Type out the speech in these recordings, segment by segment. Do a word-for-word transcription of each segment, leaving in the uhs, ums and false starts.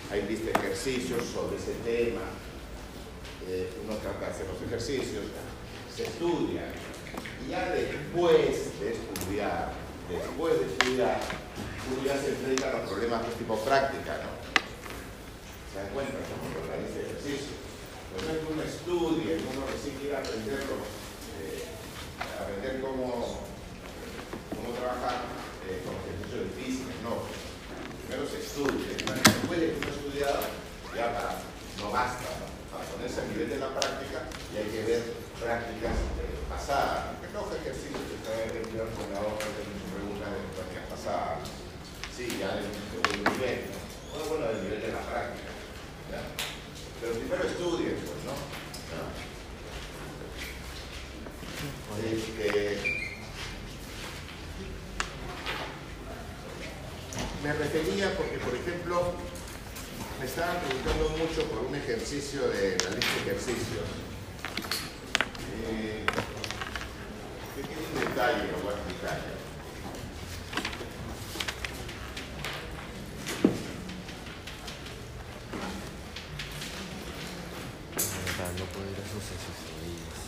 hay lista de ejercicios sobre ese tema, eh, uno trata de hacer los ejercicios, se estudia, y ya después de estudiar, después de estudiar, uno ya se enfrenta a los problemas de tipo práctica, ¿no? Se dan cuenta cómo se realiza el ejercicio. Por ejemplo, uno estudia y uno recién quiere aprenderlo, eh, aprender cómo, cómo trabajar eh, con los ejercicios difíciles, no. Primero se estudia, después de que uno ha estudiado, ya para, no basta, ¿no? Para ponerse a nivel de la práctica, y hay que ver prácticas eh, pasadas, porque los ejercicios que está en el con la hoja de sus preguntas de prácticas pasadas, sí, ya del segundo nivel, ¿no? Bueno, bueno, del nivel de la práctica, ¿ya? Pero primero estudien, pues, ¿no? ¿No? Este, me refería porque, por ejemplo, me estaban preguntando mucho por un ejercicio de la lista de ejercicios. Eh, que tiene un detalle, lo voy a explicar ya. No puedo ir a sus asesorías.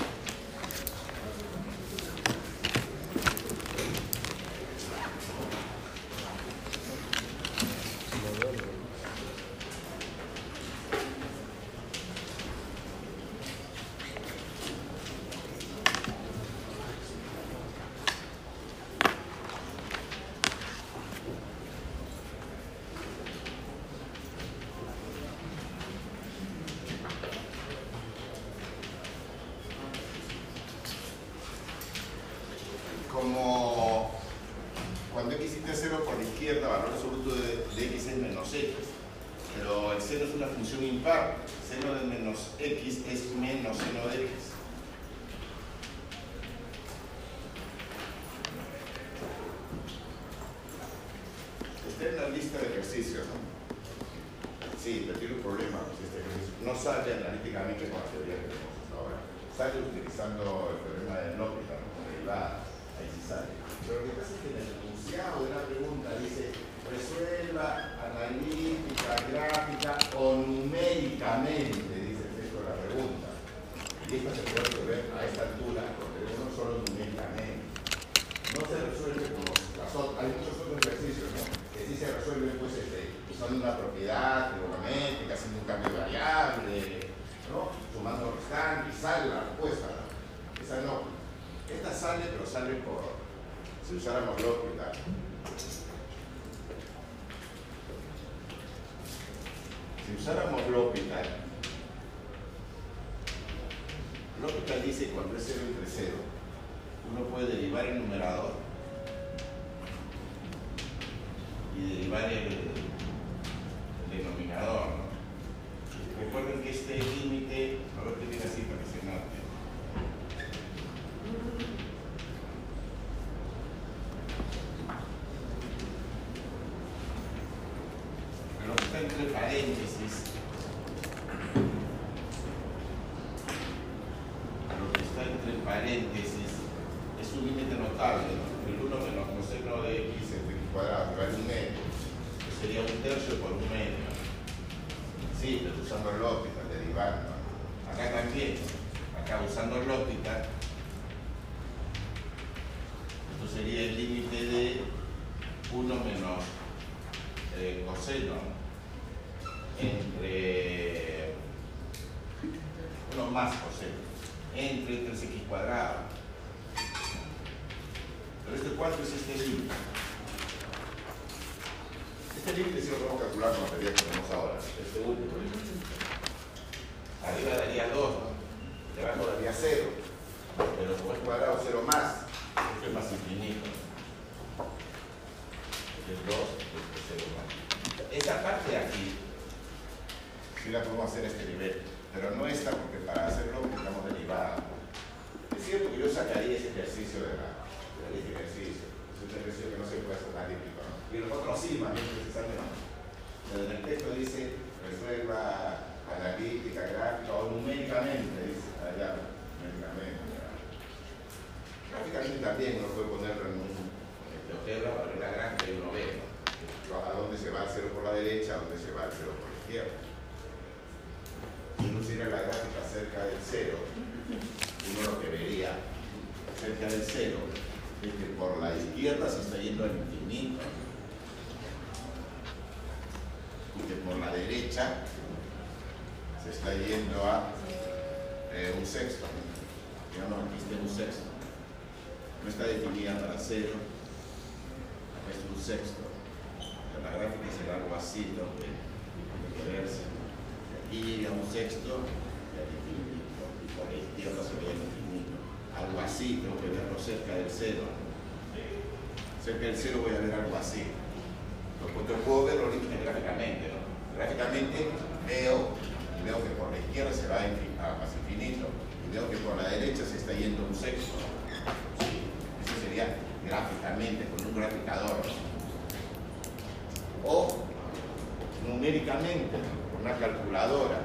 Como cuando x igual a cero por la izquierda, valor absoluto de, de x es menos x, pero el seno es una función impar, seno de menos x es menos seno de x. Está en la lista de ejercicios, ¿no? Sí, pero tiene un problema, pues este ejercicio no sale analíticamente con la teoría que tenemos hasta ahora, sale utilizando el problema de L'Hopital, ¿no? Con derivadas. Ahí sí sale. Pero lo que pasa es que en el enunciado de la pregunta dice resuelva analítica, gráfica o numéricamente, dice el texto de la pregunta. Y esta se puede resolver a esta altura porque uno solo numéricamente. No se resuelve como las otras. Hay muchos otros ejercicios, ¿no? Que sí se resuelven pues este, usando una propiedad trigonométrica, haciendo un cambio de variable, ¿no? Sumando restante y sale la respuesta, ¿no? Esa no. Esta sale, pero sale por, si usáramos L'Hopital. Si usáramos L'Hopital, L'Hopital dice que cuando es cero entre cero, uno puede derivar el numerador y derivar el, el denominador, ¿no? Recuerden que este límite, a ver qué viene así para que se note. Lo que está entre paréntesis, lo que está entre paréntesis es un límite notable, ¿no? El uno menos coseno de x entre x cuadrado, que vale un medio, que sería un tercio por un medio. Sí, pero usando el L'Hopital, derivando. Acá también, acá usando el L'Hopital, esto sería el límite de uno menos eh, coseno entre uno más coseno entre tres x cuadrado. Pero este cuánto es este límite. Este límite sí lo podemos calcular con la teoría que tenemos ahora. Este último límite. Arriba daría dos, ¿no? Debajo daría cero. Pero como es cuadrado, cero más. Esto es más infinito. Este es dos, este es cero más. Esta parte de aquí sí la podemos hacer a este nivel, pero no esta porque para hacerlo necesitamos derivada. Es cierto que yo sacaría ese ejercicio de la, de la lista de ejercicios. Es un ejercicio que no se puede hacer analítico, ¿no? Y los otros sí, más bien necesariamente. Pero en el texto dice resuelva analítica, gráfica o numéricamente, dice allá, numéricamente. Gráficamente también uno puede ponerlo en un GeoGebra para ver la gráfica y uno ve, ¿no? A dónde se va el cero por la derecha, a dónde se va el cero del cero, uno lo que vería cerca del cero es que por la izquierda se está yendo al infinito y que por la derecha se está yendo a eh, un sexto. Ya no existe un sexto. No está definida para cero, es un sexto. La gráfica será algo así, ¿no? De, de verse. Aquí llega un sexto y al infinito, y por la izquierda se ve el infinito. Algo así, tengo que verlo cerca del cero. Cerca del cero voy a ver algo así. Lo puedo verlo gráficamente, ¿no? Gráficamente veo, y veo que por la izquierda se va a infinito, y veo que por la derecha se está yendo un sexto. Sí, eso sería gráficamente, con un graficador. O numéricamente, con una calculadora.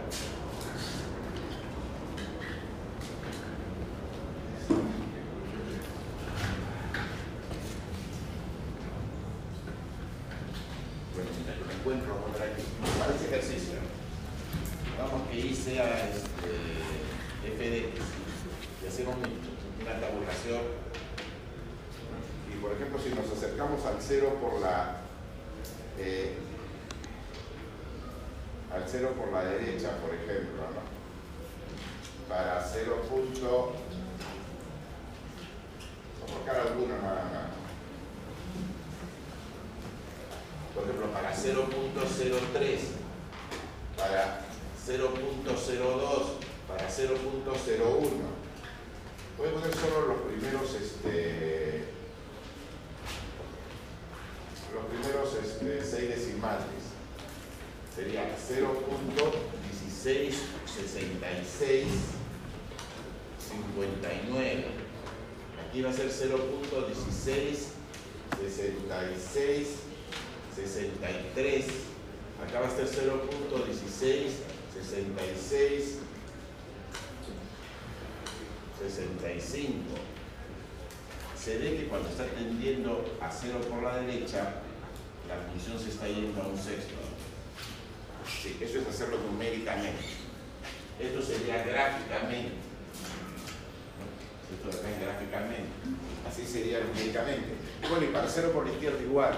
Bueno, me encuentro con aquí. Para este ejercicio, vamos que Y sea este, f de x y hacemos una tabulación. Y por ejemplo, si nos acercamos al cero por la Eh, al cero por la derecha, por ejemplo, ¿no? Para cero punto, o por cada alguno nada más. Por ejemplo, para cero punto cero tres, para cero punto cero dos, para cero punto cero uno. Voy a poner solo los primeros este, los primeros este, seis decimales. Sería cero punto dieciséis sesenta y seis cincuenta y nueve. Aquí va a ser cero punto dieciséis sesenta y seis sesenta y tres. Acá va a ser cero punto dieciséis sesenta y seis sesenta y cinco. Se ve que cuando está tendiendo a cero por la derecha, la función se está yendo a un sexto. Sí, eso es hacerlo numéricamente. Esto sería gráficamente. Esto de acá es gráficamente. Así sería numéricamente. Y bueno, y para cero por la izquierda igual.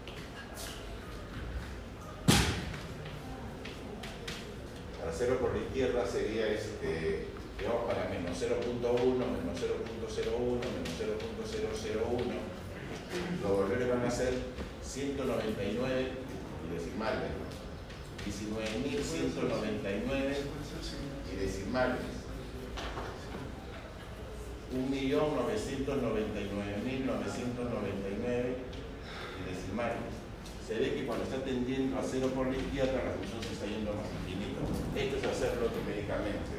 Para cero por la izquierda sería este... Vamos para menos cero punto uno, menos cero punto cero uno, menos cero punto cero cero uno. Los valores van a ser ciento noventa y nueve y decimales. diecinueve mil ciento noventa y nueve y decimales. un millón novecientos noventa y nueve mil novecientos noventa y nueve y decimales. Se ve que cuando está tendiendo a cero por la izquierda, la función se está yendo más infinito. Esto es hacerlo numéricamente.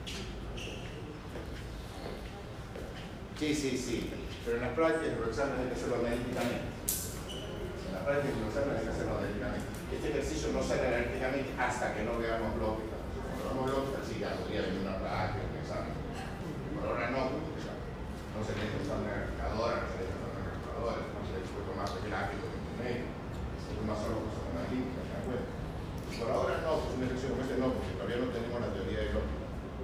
Sí, sí, sí, pero en las prácticas los exámenes hay que hacerlo analíticamente. En las prácticas los exámenes hay que hacerlo analíticamente. Este ejercicio no sale analíticamente hasta que no veamos lógica. Cuando veamos lógica, sí, ya podría venir una práctica, un examen. Por ahora no, porque no se necesita usar una calculadora, no se necesita usar una calculadora, no se necesita tomar gráfico de numérico, se toma solo cosas analíticas, ¿se dan cuenta? Por ahora no, pues un ejercicio como este no, porque todavía no tenemos la teoría de lógica.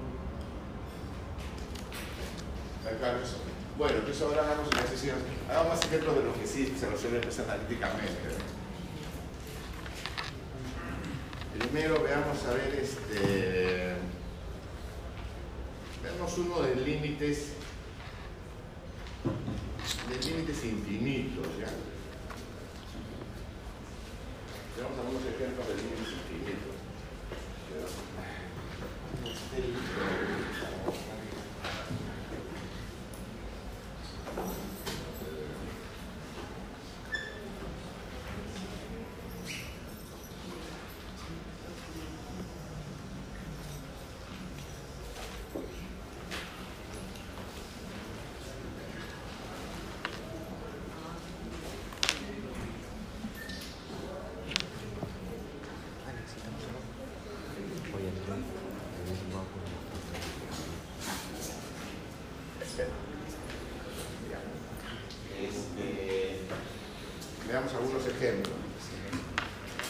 Claro, eso. Bueno, entonces ahora hagamos ejercicios, hagamos más ejemplos de los que sí se resuelven pues, analíticamente. Primero veamos a ver este. Veamos uno de límites. De límites infinitos, ¿ya? Veamos algunos ejemplos de límites infinitos. Veamos algunos ejemplos.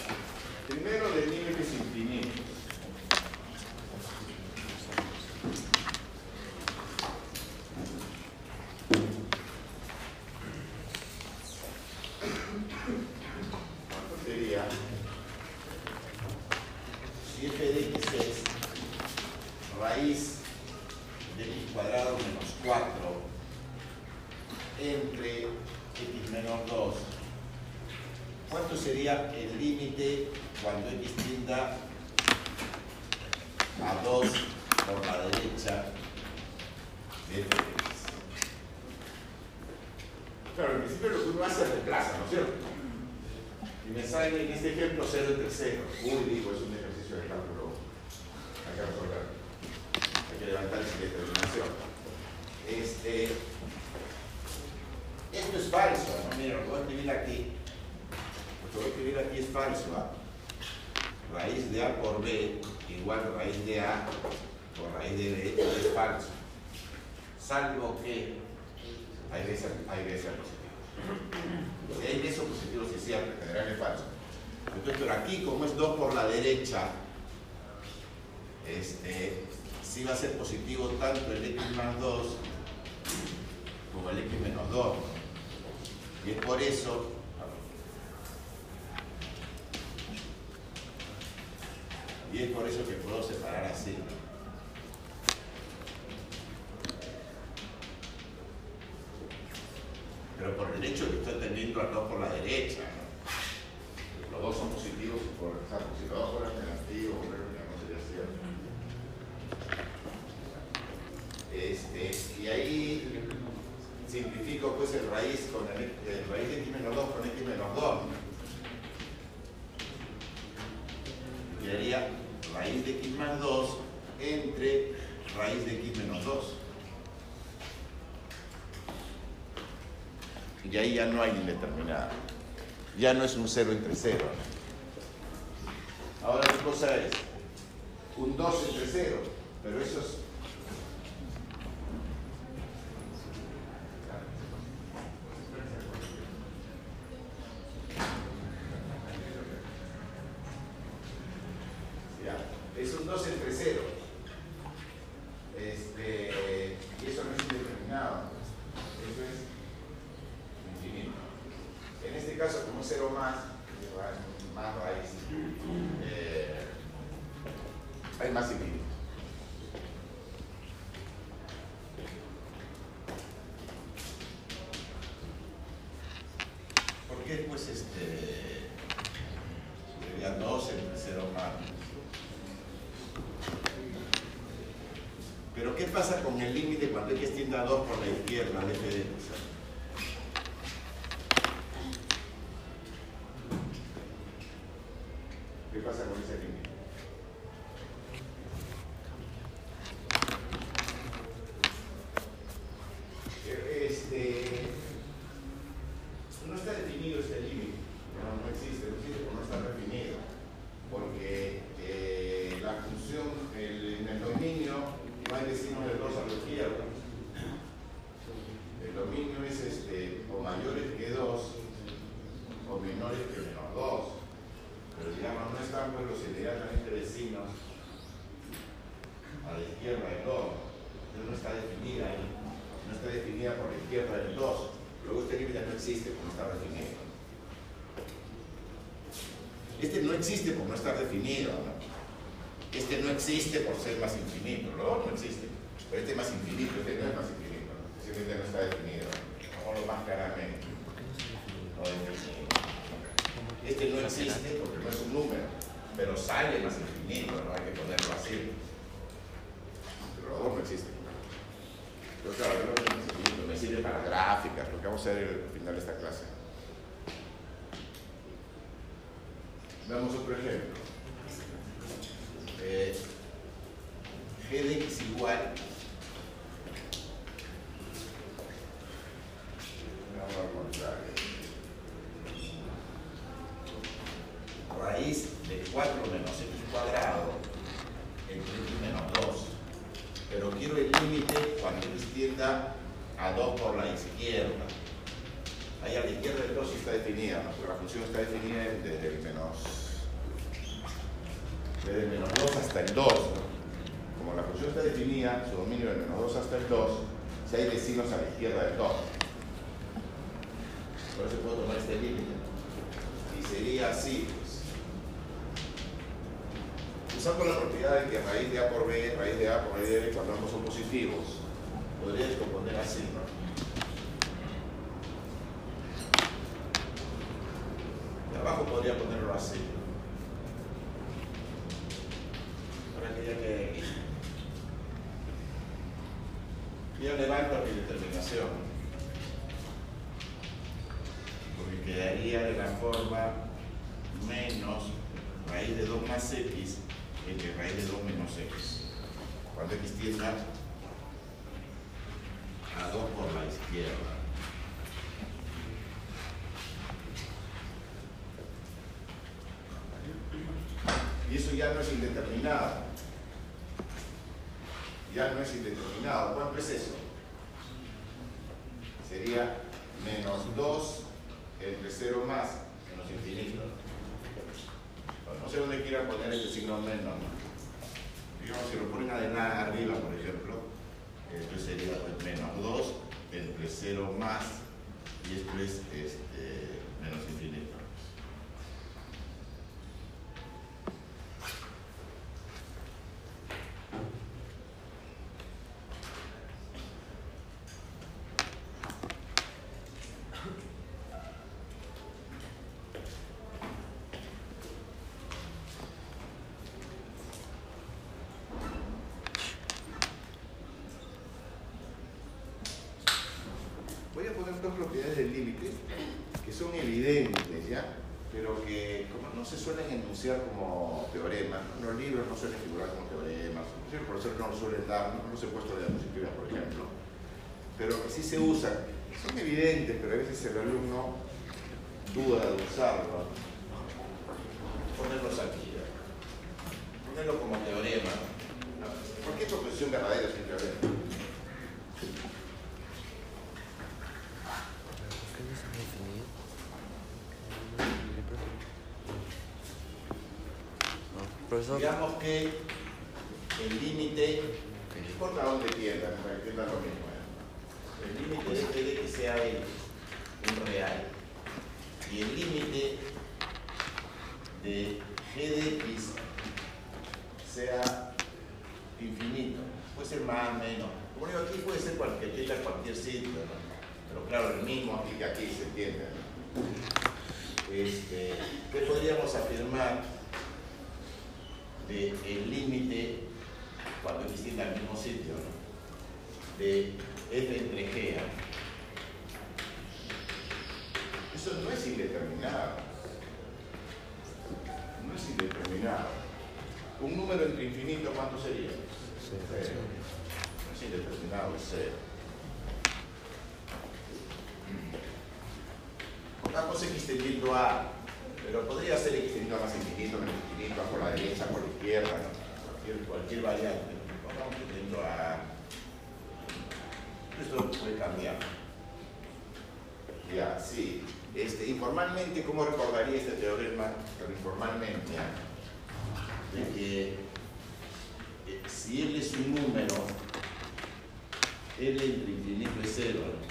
Primero, de límites infinitos. cuatro entre x menos dos, ¿cuánto sería el límite cuando x tienda a dos por la derecha de f de x? Claro, en principio lo que uno hace es reemplaza, ¿no es cierto? Y me sale en este ejemplo cero entre cero. Uy, digo, es un ejercicio de cálculo. Hay que resolver. Hay que levantar esa determinación. Este, esto es falso, ¿no? Mira, lo que voy a escribir aquí. Lo que voy a escribir aquí es falso, ¿ah? Raíz de A por B igual a raíz de A por raíz de B es falso. Salvo que hay que ser, hay que ser positivo. Si hay que ser positivo, sí es cierto, en general es falso. Entonces, pero aquí, como es dos por la derecha, este, sí va a ser positivo tanto el x más dos como el x menos dos. Y es por eso y es por eso que puedo separar así. Pero por el hecho de que estoy tendiendo al dos por la derecha, ¿no? Los dos son positivos, por, o sea, si los dos fueran negativos, no sería cierto. Este, y ahí simplifico pues el raíz con el, el raíz de x menos dos con x menos dos. Quedaría raíz de x más dos entre raíz de x menos dos. Y ahí ya no hay indeterminada. Ya no es un cero entre cero. Ahora la cosa es un dos entre cero, pero eso es... Ya, es un dos entre cero. Este, y eso no es indeterminado. Eso es infinito. En este caso, como cero más, más raíz, eh, hay más infinito. ¿Por qué pues este sería dos entre cero más? Pero ¿qué pasa con el límite cuando x tiende a dos por la izquierda de f de x? ¿Qué pasa con ese límite? Este, no está definido este límite, no, no existe, no existe porque no está definido, porque eh, la función el, en el dominio no hay vecinos de dos a la izquierda. El dominio es este, o mayores que dos o menores que menos dos. Pero digamos, no están pues los inmediatamente vecinos a la izquierda del dos. Entonces no está definida ahí. No está definida por la izquierda del dos. Luego este límite no existe porque no está definido. Este no existe por no estar definido, ¿no? Este no existe por ser más infinito. Luego no existe. Pero este es más infinito, este no es más infinito. Este no está definido. Vamos más claramente. No definido. Este no existe porque no es un número, pero sale más infinito, no hay que ponerlo así. Pero los dos no existen. Pero claro, yo lo que necesito me sirve para gráficas, lo que vamos a hacer al final de esta clase. Veamos otro ejemplo. Eh, g de x igual. Vamos a contrario. Raíz de cuatro menos x cuadrado entre x menos dos. Pero quiero el límite cuando x tienda a dos por la izquierda. Ahí a la izquierda del dos sí está definida, ¿no? Porque la función está definida desde el menos, desde el menos dos hasta el dos, ¿no? Como la función está definida, su dominio del menos dos hasta el dos, si hay vecinos a la izquierda del dos. Por eso puedo tomar este límite. Y sería así. Usando la propiedad de que raíz de A por B, raíz de A por raíz de B, cuando ambos son positivos, podría descomponer así, ¿no? De abajo podría ponerlo así. Ahora que ya que aquí. Yo levanto mi determinación, porque quedaría de la forma menos raíz de dos más x entre raíz de dos menos x. Cuando x tienda a dos por la izquierda. Y eso ya no es indeterminado. Ya no es indeterminado. ¿Cuánto es eso? Sería menos dos entre cero más menos infinito. Bueno, no sé dónde quieran poner este signo menos, ¿no? Digamos, si lo ponen adelante, arriba, por ejemplo, esto sería pues, menos dos entre cero más, y esto es este, menos infinito. Voy a poner dos propiedades del límite que son evidentes, ¿ya? Pero que como no se suelen enunciar como teoremas, ¿no? Los libros no suelen figurar como teoremas, el profesor no lo suele dar, no, no se ha puesto de diapositiva, por ejemplo, pero que sí se usan, son evidentes, pero a veces el alumno duda de usarlos. Ponerlos aquí, ¿ya? Ponerlo como teorema. ¿Por qué proposición verdadera es un teorema? Profesor. Digamos que el límite, no importa dónde tiendan, para que entiendan lo mismo, ¿eh? El límite de f de que sea el, un real, y el límite de g de x sea infinito. Puede ser más, menos. Como digo, aquí puede ser cualquier tela, cualquier sitio, ¿no? Pero claro, el mismo aquí que aquí se entiende, ¿no? Este, ¿qué podríamos afirmar del límite cuando x tiende al mismo sitio, ¿no? De f entre g? ¿eh? Eso no es indeterminado. No es indeterminado. Un número entre infinito, ¿cuánto sería? Cero. Cero. No es indeterminado, es cero. Pongamos x tendiendo a, pero podría ser x tendiendo a más infinito, menos infinito, a por la derecha, por la izquierda, ¿no? cualquier, cualquier variante. Pongamos tendiendo a. Esto puede cambiar. Ya, sí. Este, informalmente, ¿cómo recordaría este teorema? Pero informalmente, ¿ya? De que eh, si L es un número, L entre infinito es cero, ¿no?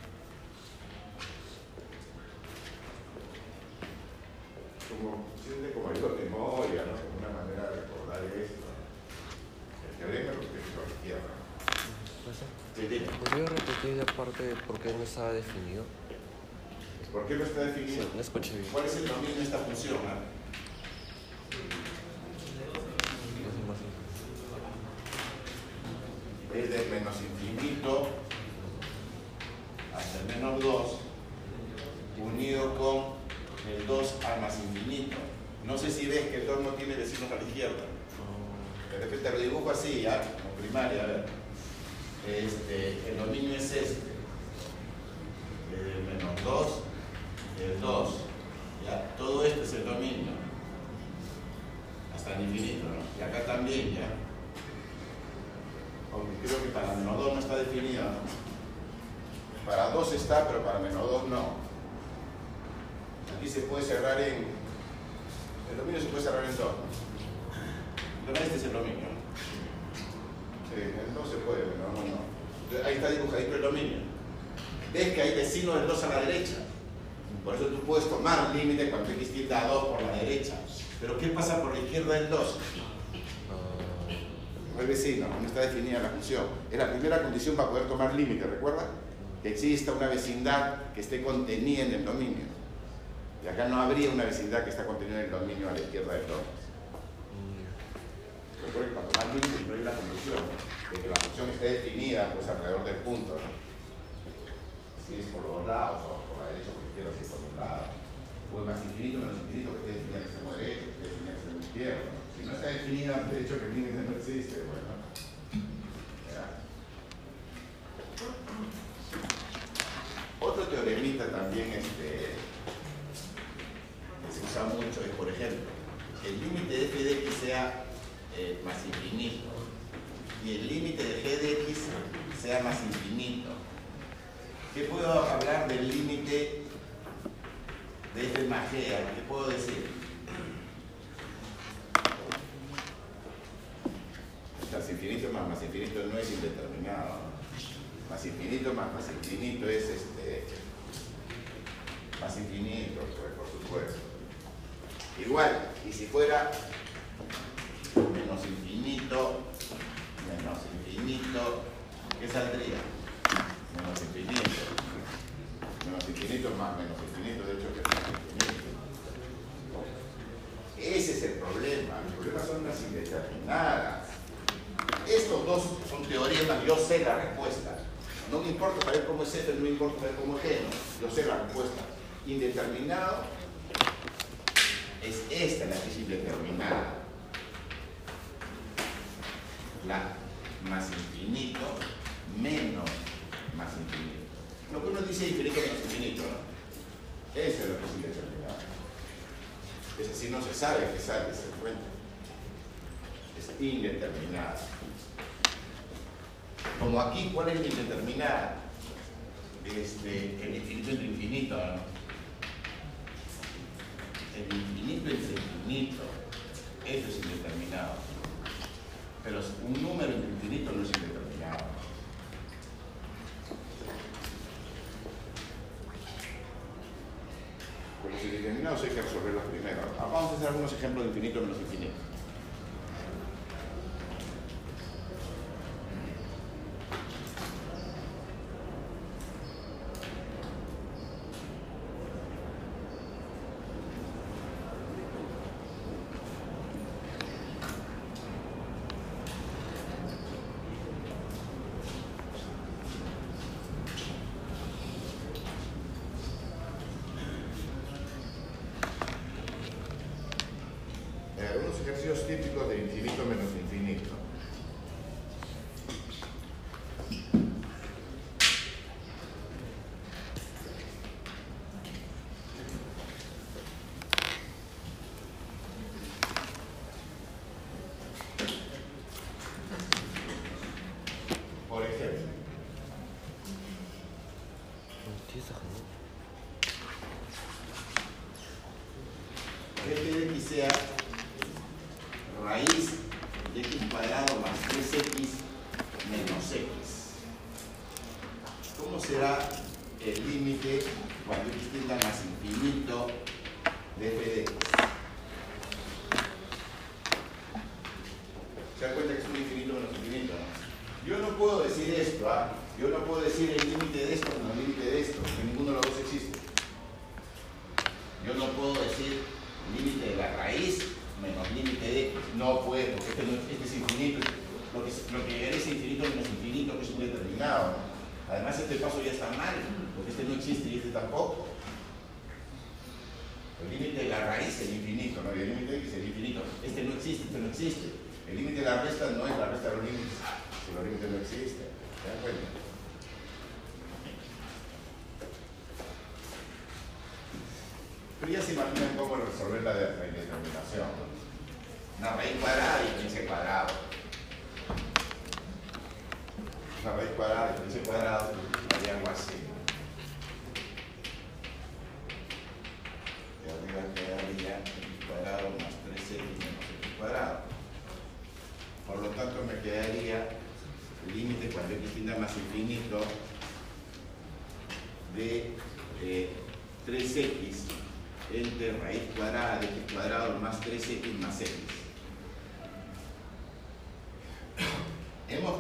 Como, como digo, memoria, ¿no? Como una manera de recordar esto. El teorema lo que es por izquierda. ¿Podría repetir de parte por qué no estaba definido? ¿Por qué no está definido? Sí, no escuché bien. ¿Cuál es el dominio de esta función? ¿eh? Es de menos infinito hasta el menos dos unido con el dos a más infinito. No sé si ves que el dos no tiene vecinos a la izquierda. De repente lo dibujo así, ya, como primaria, a ver. Este, el dominio es este. El menos dos, el dos. Ya, todo esto es el dominio. Hasta el infinito, ¿no? Y acá también, ya. Aunque creo que para menos dos no está definido, ¿no? Para dos está, pero para menos dos no. Aquí se puede cerrar en... El dominio se puede cerrar en dos, ¿no? Este es el dominio, ¿no? Sí, en dos se puede, pero no, no. Ahí está dibujadito el dominio. Ves que hay vecino del dos a la derecha. Por eso tú puedes tomar límite cuando x tiende a dos por la derecha. Pero ¿qué pasa por la izquierda del dos? el vecino, no está definida la función. Es la primera condición para poder tomar límite, ¿recuerda? Que exista una vecindad que esté contenida en el dominio. Y acá no habría una vecindad que está contenida en el dominio a la izquierda del todo. Recuerda que para tomar límite incluye la condición de que la función esté definida pues alrededor del punto, ¿no? Si es por los lados o por la derecha, por la izquierda, si es por un lado. O es más infinito, menos infinito, que esté definida en el extremo derecho, que esté definida en el extremo izquierdo, ¿no? Si no está definida, de hecho que el límite no existe, bueno. ¿Ya? Otro teoremita también este, que se usa mucho es, por ejemplo, que el límite de f de x sea eh, más infinito y el límite de g de x sea más infinito. ¿Qué puedo hablar del límite de f más g? ¿Qué puedo decir? Más infinito más más infinito no es indeterminado. Más infinito más más infinito es este más infinito, pues, por supuesto. Igual, y si fuera menos infinito, menos infinito, ¿qué saldría? Menos infinito. Menos infinito más menos infinito, de hecho que es más infinito. Ese es el problema. Los problemas son las indeterminadas. Estos dos son teoremas, yo sé la respuesta. No me importa saber cómo es f, no me importa saber cómo es g, ¿no? Yo sé la respuesta. Indeterminado es esta la que es indeterminada. La más infinito menos más infinito. Lo que uno dice infinito menos infinito, ¿no? Eso es lo que es indeterminado. Es decir, no se sabe qué sale, se encuentra. Es indeterminada. Como aquí, ¿cuál es la indeterminada? Este, el infinito entre infinito, ¿no? El infinito entre infinito, eso es indeterminado. Pero un número entre infinito no es indeterminado. Con los indeterminados hay que resolverlos primero. Vamos a hacer algunos ejemplos de infinito menos infinito. Ejercicios típicos de infinito menos infinito. Por ejemplo, f de x sea raíz de x cuadrado más tres x menos x. ¿Cómo será el límite cuando x tienda más infinito de f de x? ¿Se dan cuenta que es un infinito menos infinito, no? Yo no puedo decir esto, ¿ah? Yo no puedo decir el límite de esto menos el límite de esto, porque ninguno de los dos existe. Yo no puedo decir el límite de la raíz menos límite de x. No puedo, porque este, no, este es infinito. Lo que, lo que es infinito menos infinito, que es indeterminado, ¿no? Además, este paso ya está mal, porque este no existe y este tampoco. El límite de la raíz es el infinito, ¿no? Y el límite de x es el infinito. Este no existe, este no existe. El límite de la resta no es la resta de los límites, si los límites no existen. ¿Se dan cuenta? Pero ya se imaginan cómo resolver la, la indeterminación. Una raíz cuadrada y quince cuadrado. Una raíz cuadrada y quince cuadrado haría algo así. De arriba quedaría x cuadrado más tres x menos x cuadrado. Por lo tanto, me quedaría el límite cuando x tienda más infinito de eh, tres x entre raíz cuadrada de x cuadrado más tres x más x.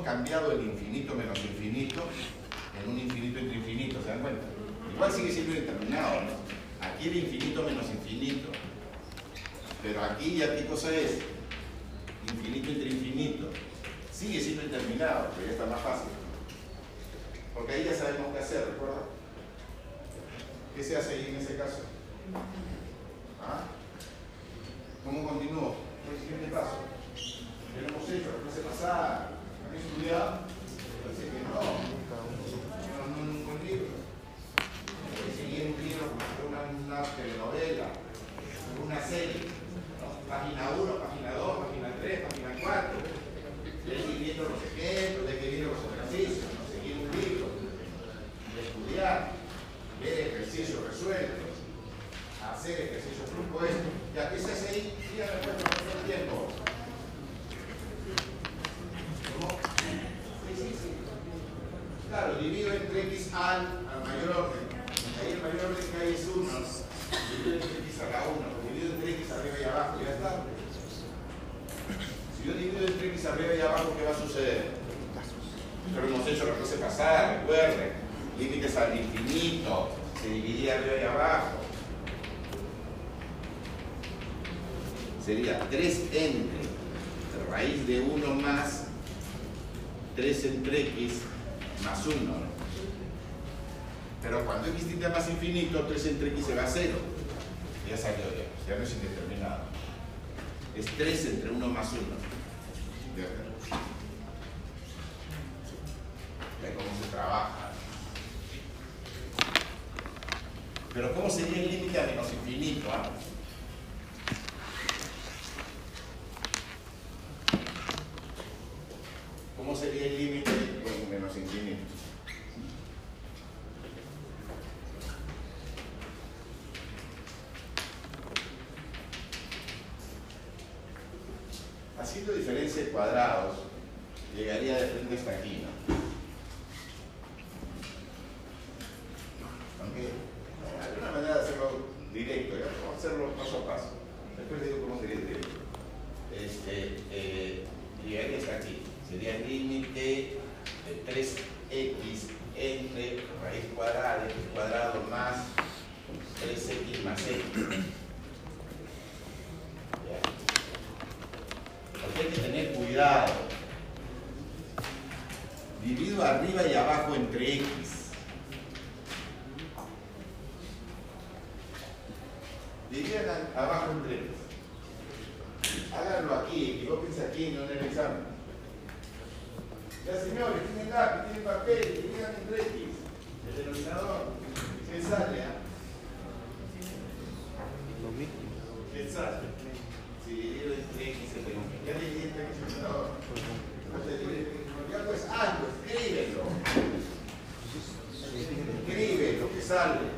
hemos cambiado el infinito menos infinito en un infinito entre infinito, ¿se dan cuenta? Igual sigue siendo indeterminado, ¿no? Aquí el infinito menos infinito. Pero aquí ya qué cosa es? Infinito entre infinito. Sigue siendo indeterminado, pero ya está más fácil. Porque ahí ya sabemos qué hacer, ¿recuerda? ¿Qué se hace ahí en ese caso? ¿Ah? ¿Cómo continúo? ¿Cuál es el siguiente paso? ¿Qué hemos hecho? ¿La clase pasada? ¿Han estudiado? Parece que no. No, no, no, un libro. Seguir un libro, una, una telenovela, una serie. ¿No? Página uno, página dos, página tres, página cuatro. De ir viendo los ejemplos, de ir viendo los ejercicios, ¿no? Seguir un libro, estudiar, ver ejercicios resueltos, hacer ejercicios propuestos. Ya que se hace ahí, díganme cuánto no el tiempo. ¿Cómo? Sí, sí, sí. Claro, divido entre x al, al mayor orden. Ahí el mayor orden que hay es uno. Divido entre x a la uno. Divido entre x arriba y abajo. Ya está. Si yo divido entre x arriba y abajo, ¿qué va a suceder? Pero hemos hecho la clase pasada, recuerden. Límites al infinito. Se dividía arriba y abajo. Sería tres entre raíz de uno más tres entre x más uno. ¿No? Pero cuando x tiende a más infinito, tres entre x se va a cero. Ya salió ya, ya no es indeterminado. Es tres entre uno más uno. Ve cómo se trabaja. Pero ¿cómo sería el límite a menos infinito? ¿Ah? ¿Cómo sería el límite con menos infinito? Haciendo diferencia de cuadrados, llegaría de frente hasta aquí, ¿no? Aunque hay una manera de hacerlo directo, ¿ya? Vamos a hacerlo paso a paso. Después digo cómo sería directo. Este, eh, llegaría hasta aquí. Sería el límite de tres x entre raíz cuadrada de x cuadrado más tres x más x. Porque hay que tener cuidado. Divido arriba y abajo entre x. Dividan abajo entre x. Háganlo aquí, equivóquense aquí, no en el examen. Ya señores, tienen lápiz, tienen papel, dividan entre x. El denominador. ¿Qué sale? ¿Ah? Lo mismo. ¿Qué sale? Si divido entre x, el denominador. Ya dividí entre x el denominador. Ya pues algo, escríbelo. Escribe lo que sale.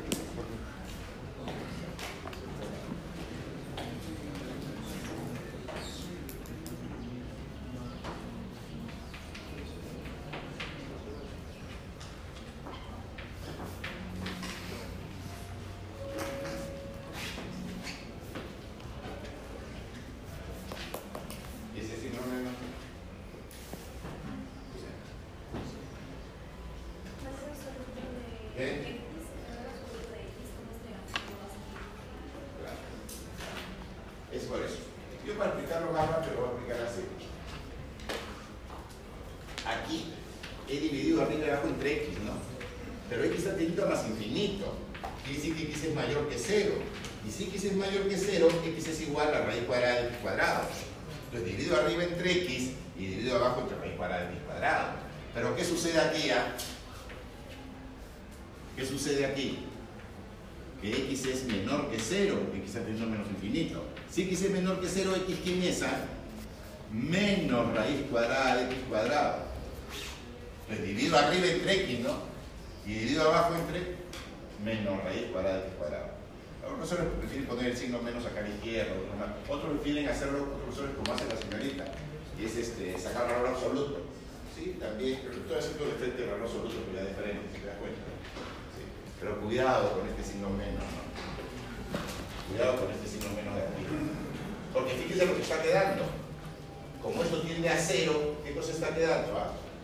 ¿Qué sucede aquí? Que x es menor que cero, x atendiendo menos infinito. Si x es menor que cero, x ¿quién es? ¿Ah? Menos raíz cuadrada de x cuadrado. Entonces divido arriba entre x, ¿no? Y divido abajo entre menos raíz cuadrada de x cuadrado. Algunos profesores prefieren poner el signo menos acá a la izquierda, otros prefieren hacerlo, otros profesores como hace la señorita, y es este, sacar valor absoluto. Sí, también, pero estoy haciendo de frente el valor absoluto, pero ya diferente, si te das cuenta. Sí. Pero cuidado con este signo menos, ¿no? Cuidado con este signo menos de aquí. Porque fíjese lo que está quedando. Como esto tiende a cero, ¿qué cosa está quedando? ¿Ah?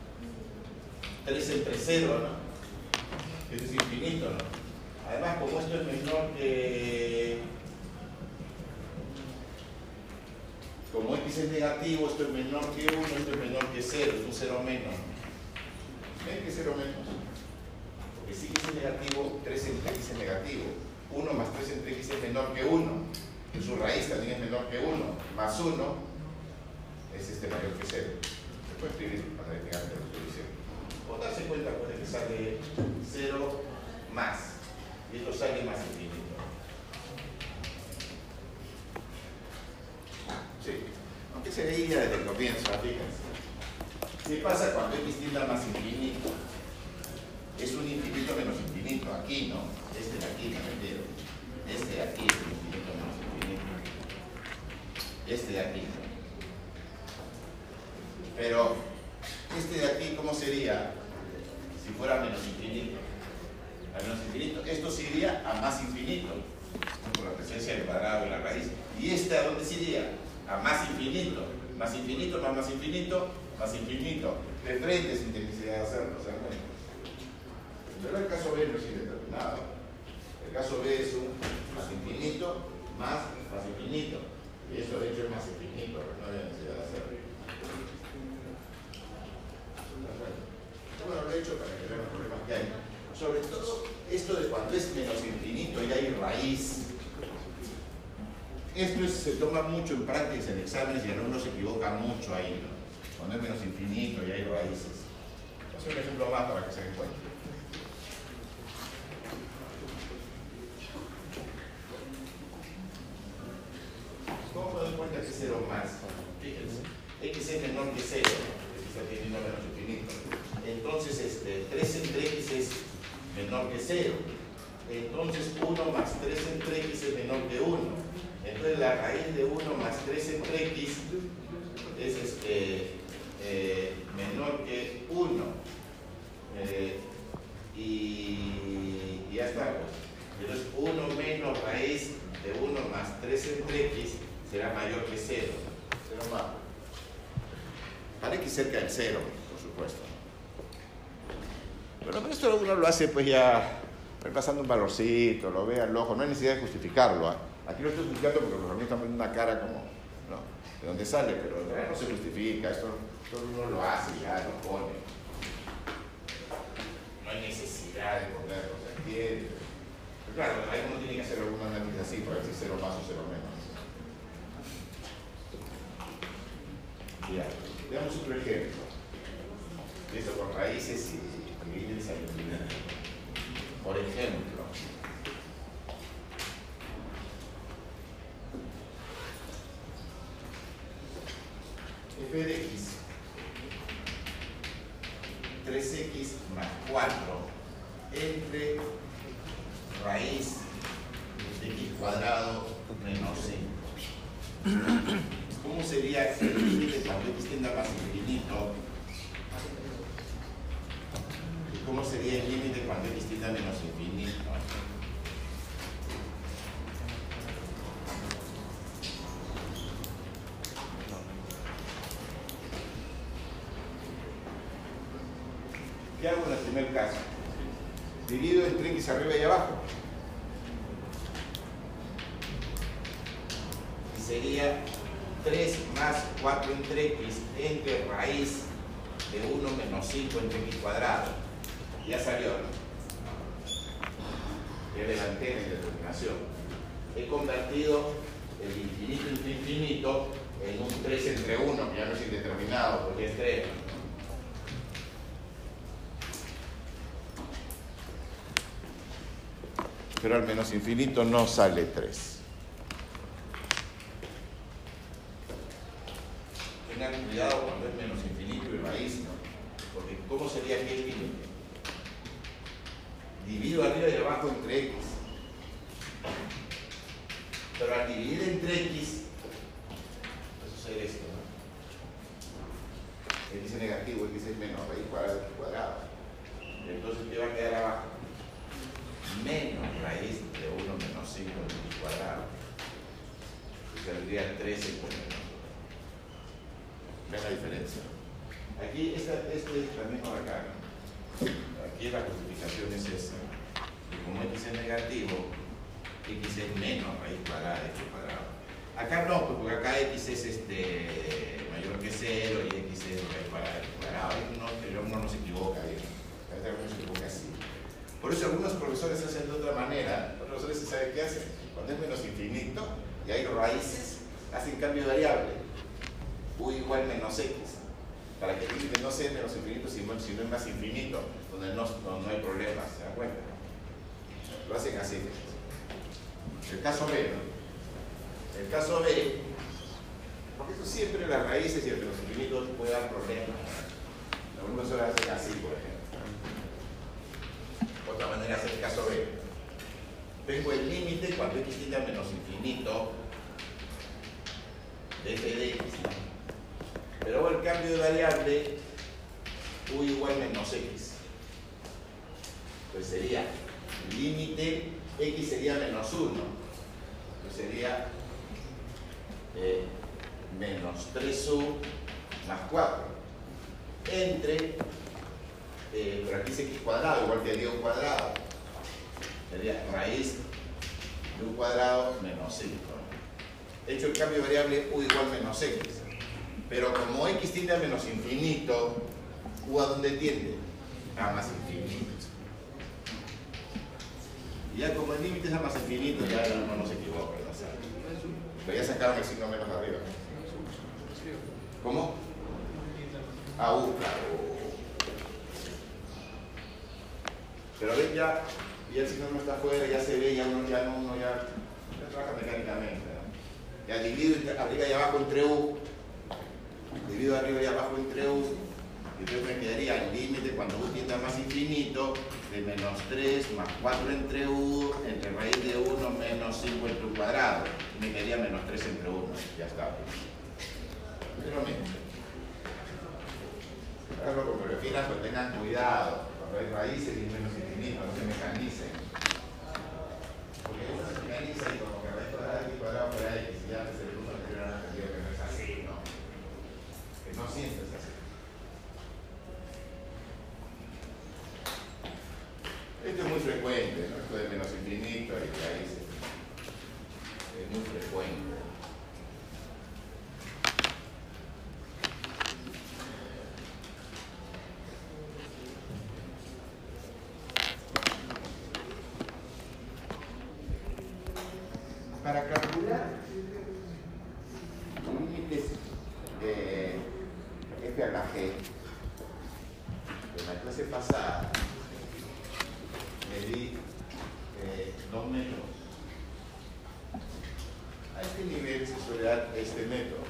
tres entre cero, ¿no? Esto es infinito, ¿no? Además, como esto es menor que... Como x es negativo, esto es menor que uno, esto es menor que cero, es un cero menos. ¿Ven que es cero menos? Porque si x es negativo, tres entre x es negativo. uno más tres entre x es menor que uno. Y su raíz también es menor que uno. Más uno es este mayor que cero. Se puede escribir para definir lo que estoy diciendo. O darse cuenta pues, de que sale cero más. Y esto sale más infinito. Sí. Aunque se veía desde el comienzo, fíjense. ¿Qué pasa cuando x tiende a más infinito? Es un infinito menos infinito. Aquí, ¿no? Este de aquí, me refiero. Este de aquí es un infinito menos infinito. Este de aquí. Pero, este de aquí, ¿cómo sería si fuera menos infinito? A menos infinito. Esto se iría a más infinito, por la presencia del cuadrado en la raíz. ¿Y este a dónde se iría? A más infinito. Más infinito, más más infinito, más infinito. De frente sin necesidad de hacerlo, o sea, bueno. Pero el caso B no es indeterminado. El caso B es un más infinito, más más infinito. Y eso de hecho es más infinito, pero no hay necesidad de hacerlo. Bueno, lo he hecho para que vean los problemas que hay. Sobre todo, esto de cuando es menos infinito y hay raíz. Esto es, se toma mucho en prácticas, en exámenes, y el alumno se equivoca mucho ahí, ¿no? Cuando es menos infinito y hay raíces. Voy a hacer un ejemplo más para que se den cuenta. ¿Cómo me doy cuenta que es cero más? Fíjense, x es menor que cero, x está teniendo menos infinito. Entonces, este, tres entre x es menor que cero. Entonces, uno más tres entre x es menor que uno. Entonces, la raíz de uno más tres entre x es este, eh, menor que uno. Eh, y, y ya está. Entonces, uno menos raíz de uno más tres entre x será mayor que cero. Cero más. Para x cerca del cero, por supuesto. Pero esto uno lo hace pues ya reemplazando un valorcito, lo ve al ojo, no hay necesidad de justificarlo. ¿eh? Aquí lo estoy justificando porque los alumnos están poniendo una cara como, ¿no? De dónde sale, pero en realidad no se justifica, esto, esto uno lo hace y ya lo pone. No hay necesidad de ponerlo, o sea, quiere. Pero claro, ahí uno tiene que hacer alguna análisis así para ver si cero más o cero menos. Ya, veamos otro ejemplo. Esto con raíces y límites a eliminar. Por ejemplo, f de x, tres x más cuatro entre raíz de x cuadrado menos cinco. ¿Cómo sería el límite cuando x tiende a más infinito? ¿Cómo sería el límite cuando x tiende a menos infinito? ¿Qué hago en el primer caso? Divido entre x arriba y abajo. Y sería tres más cuatro entre x entre raíz de uno menos cinco entre x cuadrado. Ya salió, ¿no? Ya adelanté en la determinación. He convertido el infinito entre infinito en un tres entre uno, que ya no es indeterminado, porque es tres. Pero al menos infinito no sale tres. Tengan cuidado cuando es menos infinito y raíz, ¿no? Porque ¿cómo sería aquí el límite? Divido arriba y abajo entre x. Pero al dividir entre x, va a suceder esto, ¿no? X es negativo, x es menos raíz cuadrada de x cuadrado. Entonces, ¿qué va a quedar abajo? Menos raíz de uno menos cinco de x cuadrado. Saldría trece por menos. ¿Ven la diferencia? Aquí, esta, este es la misma de acá, ¿no? Aquí la justificación es esa. Y como x es negativo, x es menos raíz cuadrada de x cuadrado. Acá no, porque acá x es este, mayor que cero y x es raíz cuadrada de x cuadrado. No, el alumno no se equivoca, ¿bien? El alumno se equivoca así. Por eso algunos profesores hacen de otra manera. Los profesores se saben qué hacen. Cuando es menos infinito y hay raíces, hacen cambio de variable. U igual menos x. Para que x no sea menos infinito, sino es más infinito, donde no, no, no hay problemas, ¿se dan cuenta? Lo hacen así. El caso B, ¿no? El caso B, porque eso siempre las raíces y el menos infinito puede dar problemas. Algunos se lo hacen así, por ejemplo. Otra manera es el caso B. Tengo el límite cuando x tiende a menos infinito de f de x, ¿no? Pero hago el cambio de variable u igual menos x. Pues sería límite x sería menos uno. Pues sería eh, menos tres u más cuatro. Entre, eh, pero aquí es x cuadrado, igual que el u cuadrado. Sería raíz de u cuadrado menos cinco. He hecho el cambio de variable u igual menos x. Pero como x tiende a menos infinito, ¿u a dónde tiende? A más infinito. Y ya como el límite es a más infinito, ya no, no se equivoca, ¿no? Pero ya sacaron el signo menos de arriba. ¿Cómo? A u, claro. Pero ven ya, ya el signo no está afuera, ya se ve, ya uno ya no, uno ya, ya trabaja mecánicamente, ¿no? Ya divido arriba y abajo entre u. Divido arriba y abajo entre u, y entonces me quedaría el límite cuando u tiende a más infinito de menos tres más cuatro entre u entre raíz de uno menos cinco entre u cuadrado. Y me quedaría menos tres entre uno. Ya está. Pero miren, ahora como me refieran, pues tengan cuidado. Cuando hay raíces y menos infinito, no se mecanicen. Porque uno se mecaniza y como que raíz cuadrada de x cuadrado por x, y ya se le puso a tener una cantidad que no es así, ¿no? No siempre es así. Esto es muy frecuente, ¿no? Esto de menos infinito y raíces. Es muy frecuente. Para calcular límites de f a la g, en la clase pasada me di eh, dos métodos. A este nivel se suele dar este método.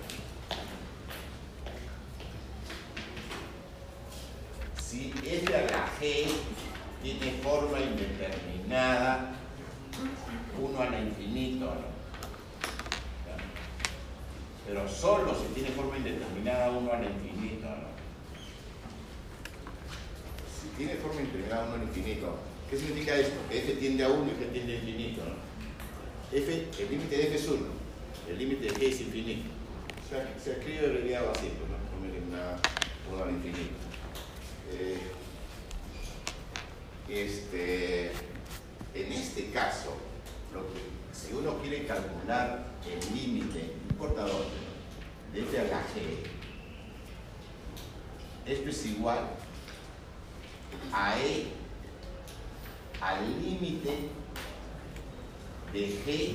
Si f a la g tiene forma indeterminada, uno al infinito, ¿no? Pero solo si tiene forma indeterminada uno al infinito, ¿no? Si tiene forma indeterminada uno al infinito, ¿qué significa esto? Que f tiende a uno y f tiende a infinito, ¿no? F, el límite de f es uno, el límite de g es infinito. O sea, se escribe abreviado así, pues, ¿no? Forma indeterminada uno al infinito. Eh, este, en este caso, lo que, si uno quiere calcular el límite, no importa dónde, de f a la g, esto es igual a e al límite de g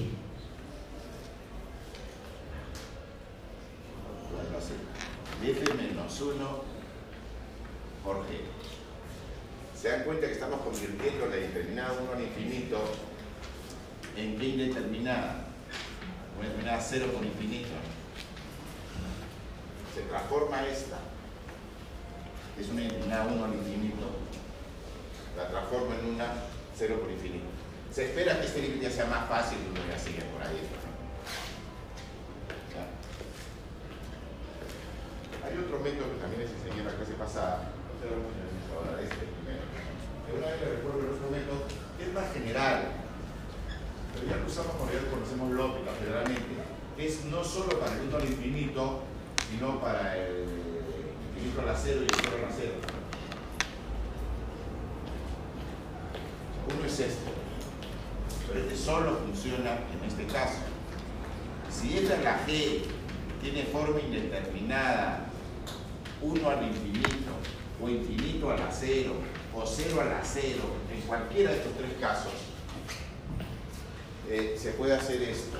de f menos uno por g. Se dan cuenta que estamos convirtiendo la indeterminada uno al infinito en b indeterminada, una determinada cero por infinito. Se transforma esta, que es una indeterminada uno al infinito, la transforma en una cero por infinito. Se espera que este límite sea más fácil y uno ya sigue por ahí. ¿Ya? Hay otro método que también les enseñé en la clase pasada, no sé lo que ahora, este primero. De una vez les recuerdo el otro método, que es más general. Pero ya lo usamos cuando ya conocemos lógica generalmente, es no solo para el uno al infinito, sino para el infinito a la cero y el cero a la cero. Uno es este, pero este solo funciona en este caso. Si esta es la G, tiene forma indeterminada, uno al infinito, o infinito a la cero, o cero a la cero, en cualquiera de estos tres casos, eh, se puede hacer esto.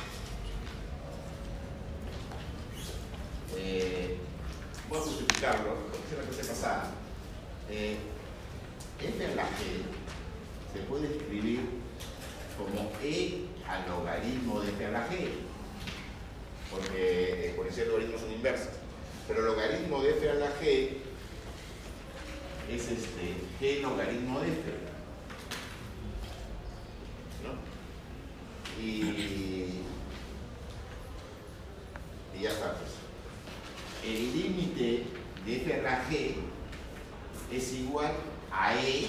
Eh, voy a justificarlo, porque es la clase pasada. Eh, f a la g se puede escribir como e al logaritmo de f a la g, porque exponenciales y logaritmos son inversas, pero el logaritmo de f a la g es este g logaritmo de f, ¿no? Y, y ya está, pues. El límite de f a la g es igual a e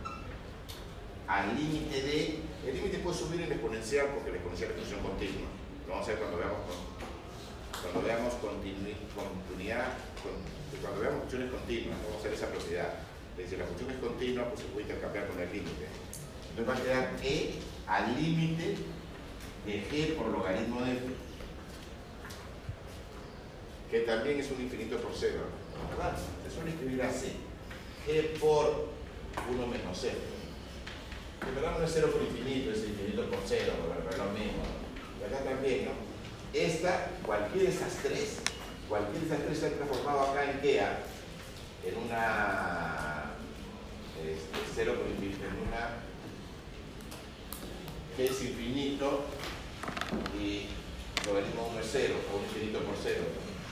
al límite de... El límite puede subir en exponencial porque la exponencial es función continua. Lo vamos a ver cuando veamos, cuando veamos continu, continuidad, cuando veamos funciones continuas, vamos a ver esa propiedad. Es decir, la función es continua, pues se puede intercambiar con el límite. Entonces va a quedar e al límite de g por logaritmo de f, que también es un infinito por cero, ¿verdad? Se suele escribir así, g por uno menos cero. En verdad no es cero por infinito, es infinito por cero, pero es lo mismo. Y acá también, ¿no? Esta, cualquiera de esas tres, cualquiera de esas tres se ha transformado acá en ¿qué? En una este, cero por infinito, en una g es infinito y logaritmo uno es cero, o un infinito por cero.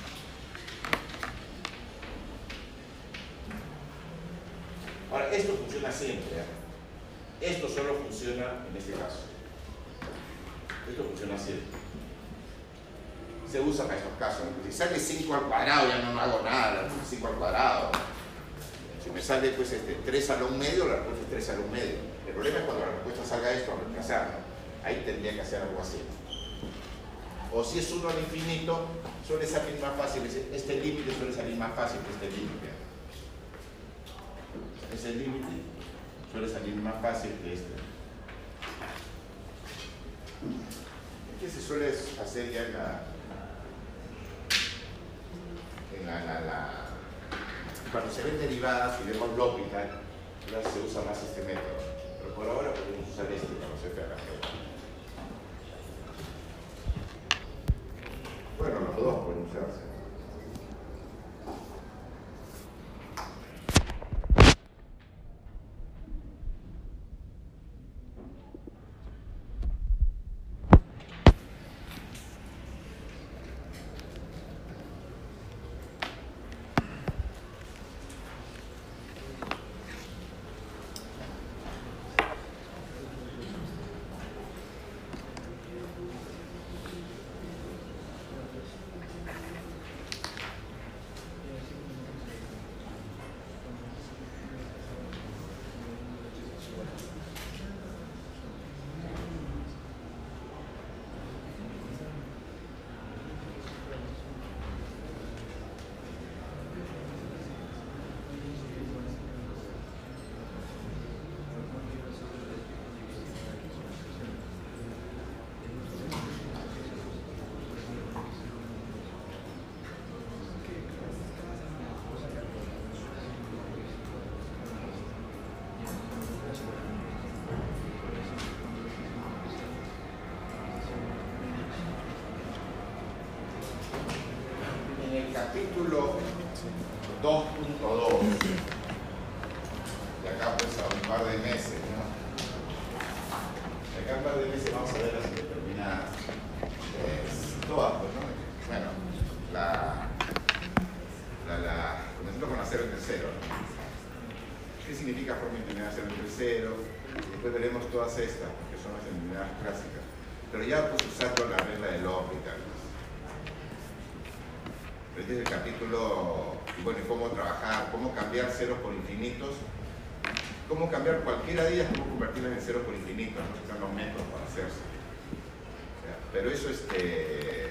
Ahora, esto funciona siempre, ¿eh? Esto solo funciona en este caso. Esto funciona siempre. Se usa para estos casos. Si sale cinco al cuadrado, ya no hago nada. cinco al cuadrado. Si me sale pues este, tres a la un medio, la respuesta es tres a la un medio. El problema es cuando la respuesta salga esto a reemplazar, ¿no? Ahí tendría que hacer algo así. O si es uno al infinito, suele salir más fácil. Este límite suele salir más fácil que este límite. Ese límite suele salir más fácil que este. Este se suele hacer ya en la, en la, la, la cuando se ven derivadas y vemos L'Hopital, se usa más este método, pero por ahora podemos usar este para los f a la g. Bueno, los dos pueden usarse. Capítulo dos punto dos, de acá pues a un par de meses, ¿no? De acá a un par de meses vamos a ver las indeterminadas, pues, todas, pues, ¿no? Bueno, la, la, la, comenzando con la cero entre cero, ¿no? ¿Qué significa forma indeterminada cero entre cero? Y después veremos todas estas, que son las indeterminadas clásicas, pero ya pues usando la regla de L'Hopital. Este es el capítulo, y bueno, cómo trabajar, cómo cambiar ceros por infinitos, cómo cambiar cualquiera de ellas, cómo convertirlas en ceros por infinitos, no sé si son los métodos para hacerse. O sea, pero eso, este,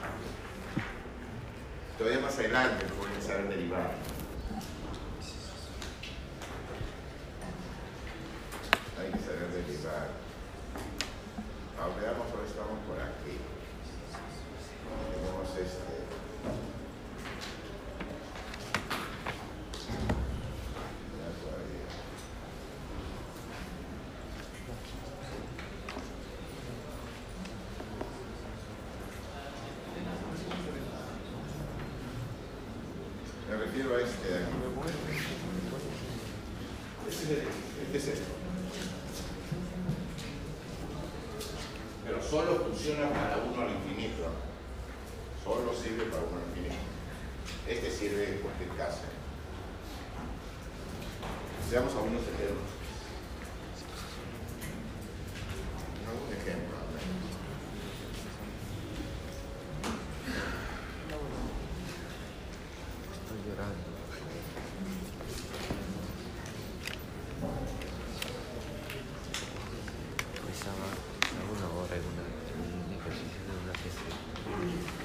todavía más adelante lo pueden saber derivar. Hay que saber empezar. Ahora veamos, ahora estamos por aquí. Tenemos este. Ya todavía. Me refiero a este de aquí. Este es, este es esto. Pero solo funciona para uno al infinito. Solo sirve para uno al infinito. Este sirve en cualquier caso. Seamos algunos ejemplos. Algún ejemplo. Estoy llorando. Pensaba, hago una hora en una, en un ejercicio de una P C.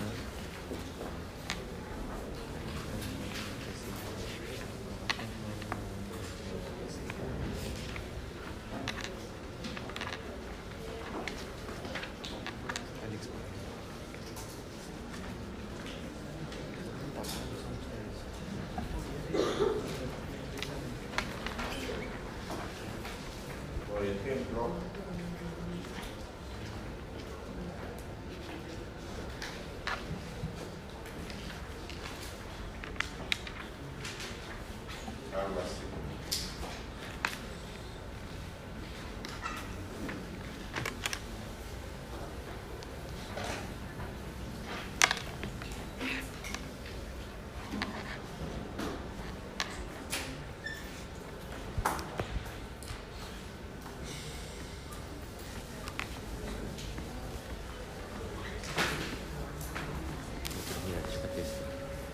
Por ejemplo, algo así. Mira, chécate esto.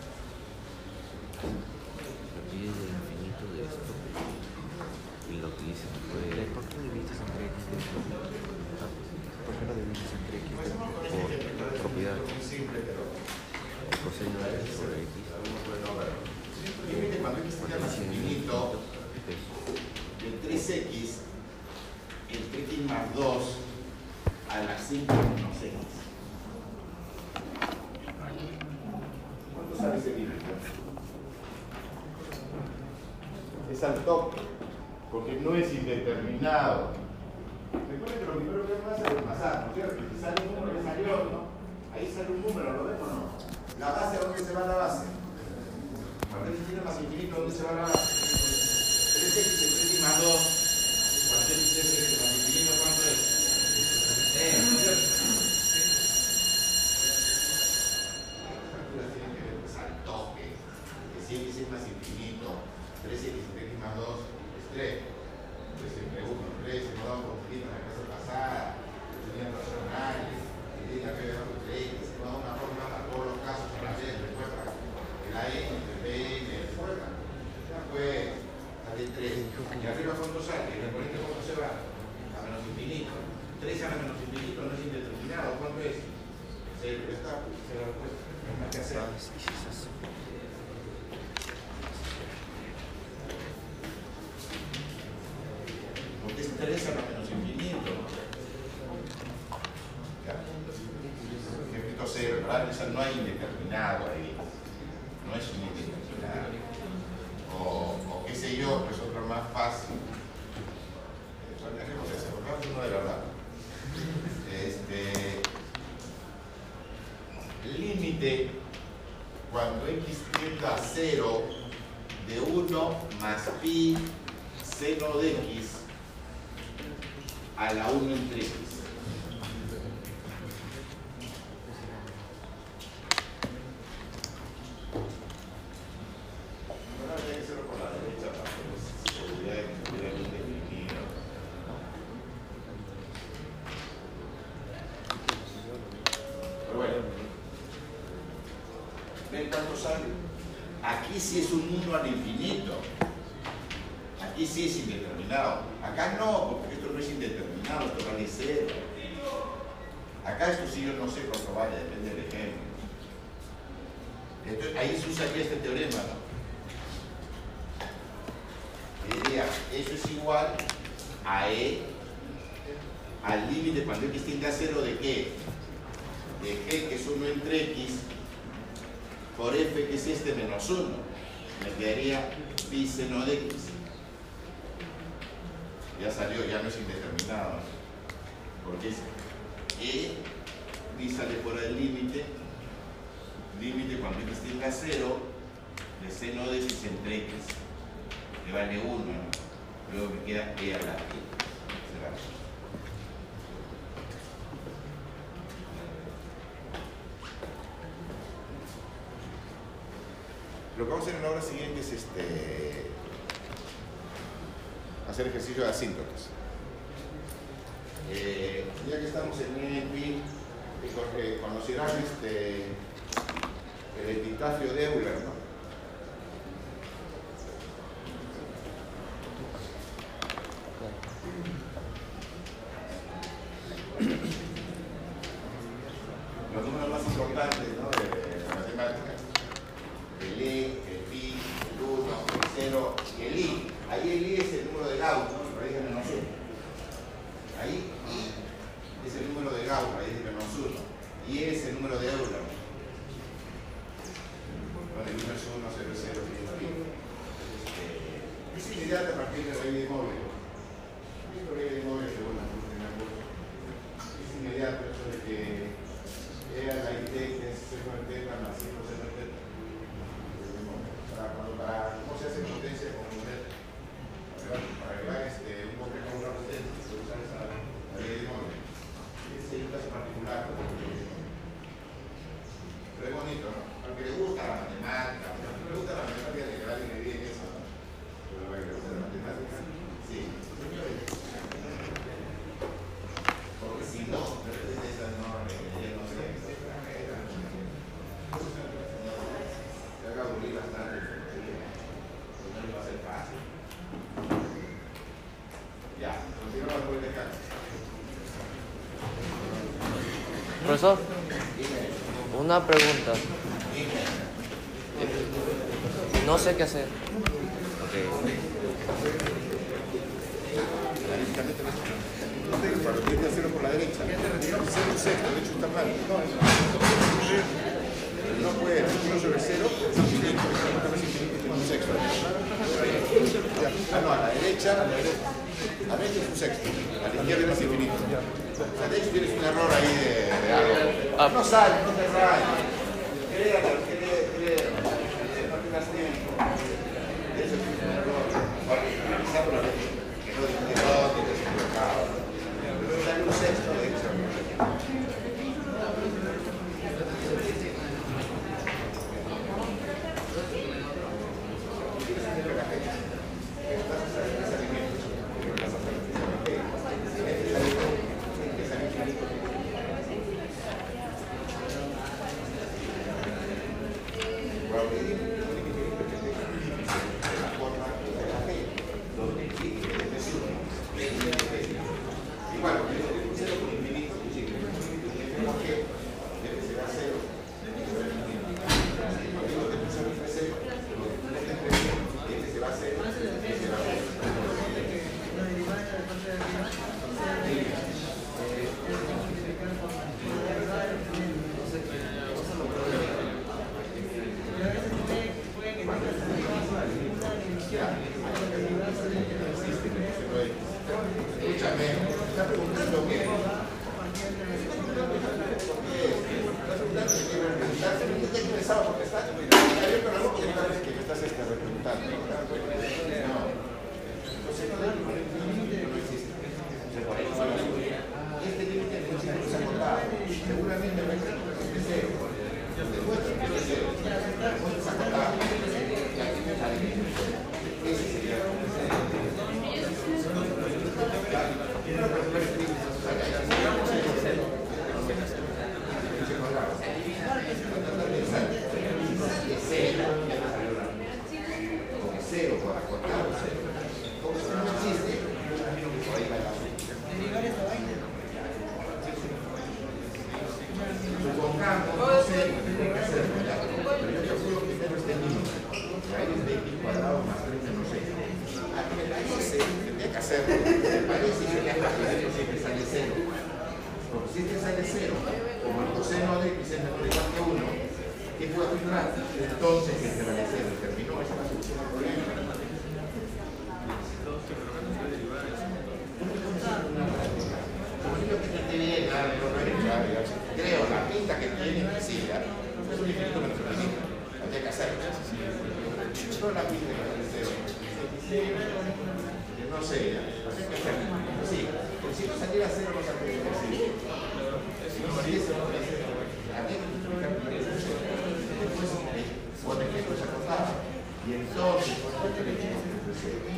Lo pide del infinito de esto. Y lo que dice fue. ¿Por qué divides entre X de esto? ¿Por qué no divides entre X de esto? Por propiedad. Muy simple, pero El coseno de X sobre X. límite cuando X sea más infinito, el tres X entre X más dos a la cinco menos X. ¿Cuánto sale ese límite? Es al toque, porque no es indeterminado. Recuerden que lo primero que vamos a hacer es pasar, ¿no es cierto? Si sale un número, que salió, ¿no? Ahí sale un número, ¿lo ven o no? La base, ¿a dónde se va la base? Cuando X tiene más infinito, ¿dónde se va la base? tres X entre X más dos. Cuando X es X más infinito, ¿cuánto es? Eh, ¿no es cierto? Tienen que ver pues, al toque. Que si X es más infinito, tres X entre X más dos es tres. tres entre uno, tres, hemos dado por infinito en la clase pasada. Tenían racionales. Y digan que era entre X. Hemos dado una forma para todos los casos a la vez, recuerda. La N, el P N, ¿recuerdan? Ya pues, sale tres. Y arriba cuánto sale, y recuerden que cuánto se va a menos infinito. tres a menos infinito no es indeterminado, ¿cuánto es? cero, ya está, cero respuesta. No hay más que hacer. Porque es tres a menos infinito. Ya. Ejemplo cero, ¿verdad? O sea, no hay indeterminado ahí. No es un indeterminado. O, o qué sé yo, que es otro más fácil. Dejemos ese, porque es uno de verdad. Este, límite cuando X tienda a cero de uno más pi seno de X a la uno entre X. Aquí sí es un uno al infinito. Aquí sí es indeterminado. Acá no, porque esto no es indeterminado, esto vale cero. Acá esto sí yo no sé cuánto vale, depende del ejemplo. Entonces ahí se usa aquí este teorema, ¿no? Y diría, eso es igual a E al límite cuando x tiende a cero de qué? De g, que es uno entre x, por f, que es este menos uno. Me quedaría pi seno de x. Ya salió, ya no es indeterminado. Porque es e, pi sale fuera del límite. Límite cuando x tiende a cero de seno de x entre x, que vale uno, ¿no? Luego me queda e a la t. Lo que vamos a hacer en la hora siguiente es este, hacer ejercicio de asíntotas. Eh, ya que estamos en E N P, eh, conocerán este, el epitafio de Euler, ¿no? Los números más importantes, ¿no?, de, de matemáticas. El E, el pi, el uno, el cero y el i. Ahí el i es el número de Gauss, ¿no? Raíz de menos uno. Ahí i es el número de Gauss, raíz de menos uno. Y e es el número de Euler. Bueno, el uno es uno, cero es cero, pi es pi. Es inmediato a partir de la raíz de móvil. La raíz de móvil según la primera cosa. Es inmediato eso de que e a la i t, que es seno de teta más cinco seno de teta. Para, para, ¿cómo se hace potencia con un modelo? Para, para agregar este, un complejo a una potencia, se usa esa ley de móvil. Este es un caso particular. Pero es bonito, ¿no? Al que le gusta la matemática, al que le gusta la matemática, de que alguien le diga eso, ¿no? Pero al que le gusta la matemática, sí. Porque si no, de repente esa no, no sé, se haga aburrir bastante. No va a ser fácil. Ya, continuamos por el descanso. Profesor, una pregunta. No sé qué hacer. Okay. Cuando tienes que hacerlo por la derecha, cero sexto, de hecho está mal. No puede, uno sobre cero es infinito, un sexto. Ah, no, a la derecha, a la derecha es un sexto, a la izquierda es infinito. O sea, de hecho tienes un error ahí de, de algo. No sale, no te rayes. Créalo, créalo, no tengas tiempo. De hecho tienes un error. Ahora, revisando la vez, que no dice no, tienes equivocado. Pero sale un sexto, de hecho. Tendría que hacerlo, me parece que ya está, siempre sale cero. Porque si este sale cero, como el coseno de x es menor o igual que uno, ¿qué puedo afirmar? Entonces este vale cero. Terminó, esa es la solución al problema. Creo la pinta que tiene implicita es un infinito menos infinito. Habría que hacerlo. No la pinta que tiene cero. No sé, habría que hacerlo. Sí, porque si no saliera cero no saldría el ejercicio. Si no saliera cero no saldría el ejercicio. Habría que multiplicar por el ejercicio. Después pone que esto es acotado. Y entonces pone que el ejercicio es cero.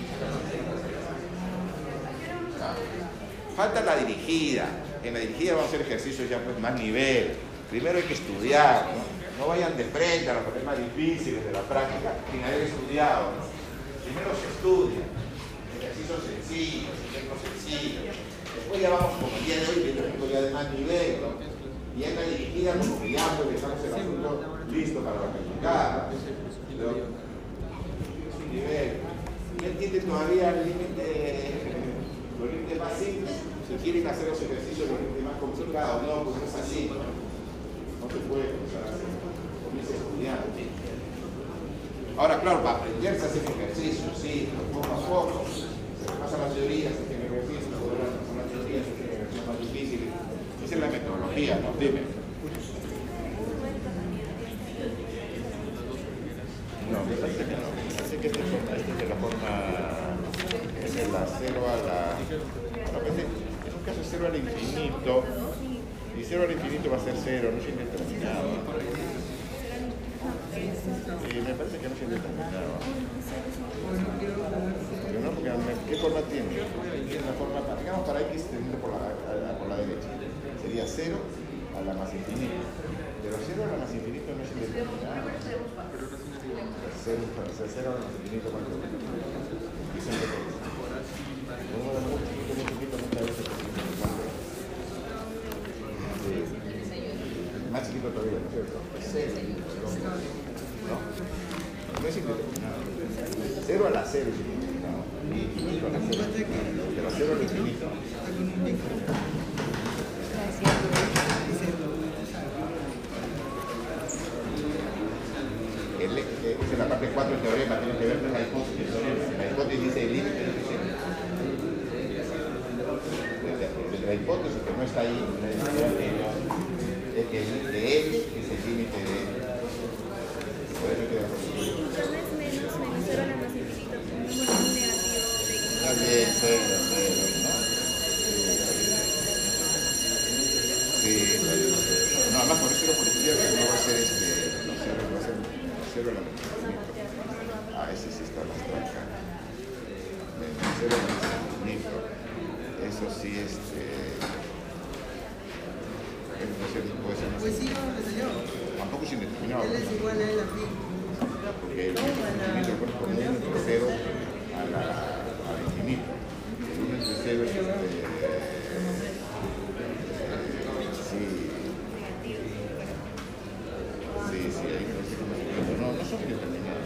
Falta la dirigida. En la dirigida vamos a hacer ejercicios ya pues más nivel. Primero hay que estudiar, ¿no? No vayan de frente a los problemas difíciles de la práctica sin haber estudiado, ¿no? Primero se estudia, ejercicios sencillos, ejemplos sencillos. Después ya vamos como el día de hoy, viendo ejemplos ya de más nivel, ¿no? Y en la dirigida como que ya pues dejamos el asunto listo para la practicada. Pero es un nivel. ¿No entiende todavía el límite? Los límites más simples, si quieren hacer los ejercicios los límites más complicados, no, pues no es así, no, no se puede comenzar a hacer, comienza a estudiar. Ahora, claro, para aprender se hacen ejercicios, sí, poco a poco, se pasan las teorías, se hacen ejercicios, se pasan las teorías, se hacen ejercicios más difíciles. Esa es la metodología, ¿no? Dime. No, me parece que no, me parece que esta es de la forma... es de la cero a la... No, pues en un caso es cero al infinito, y cero al infinito va a ser cero, no es indeterminado. Y me parece que no es indeterminado. Porque no, porque ¿qué forma tiene? Tiene una forma, digamos para x teniendo por la, por la derecha. Sería cero a la más infinito. Pero cero a la más infinito no es indeterminado. cero a la más infinito, ¿cuánto? Y siempre uno de muy chiquito, muy chiquito, muchas veces sí. Más chiquito todavía, ¿no es cierto? Cero, ¿no? No es indeterminado. Cero a la cero es indeterminado. Y infinito a la cero. Pero cero al infinito. El, eh, es en la parte cuatro del teorema, tiene que ver con la hipótesis del teorema. La hipótesis dice el límite de cero. La hipótesis que no está ahí, es que el límite de él es el límite de él. Por eso queda así. Entonces menos menos cero a la más infinito, un número negativo de x. Está bien, cero, cero, ¿no? Sí, está bien. No, además por cero por izquierda no va a ser este, no, cero, va a ser cero a la más infinito. Ah, ese sí está más tranca. Cero a la más infinito. Eso sí, este... no sé, puede ser más. Pues sí, no, me enseñó. Tampoco es indeterminado. Él es igual a él aquí. Porque el infinito es como uno entre cero a la, al infinito. El uno entre cero es este... Sí. Sí, sí, ahí me parece que más infinito. No, no son indeterminados.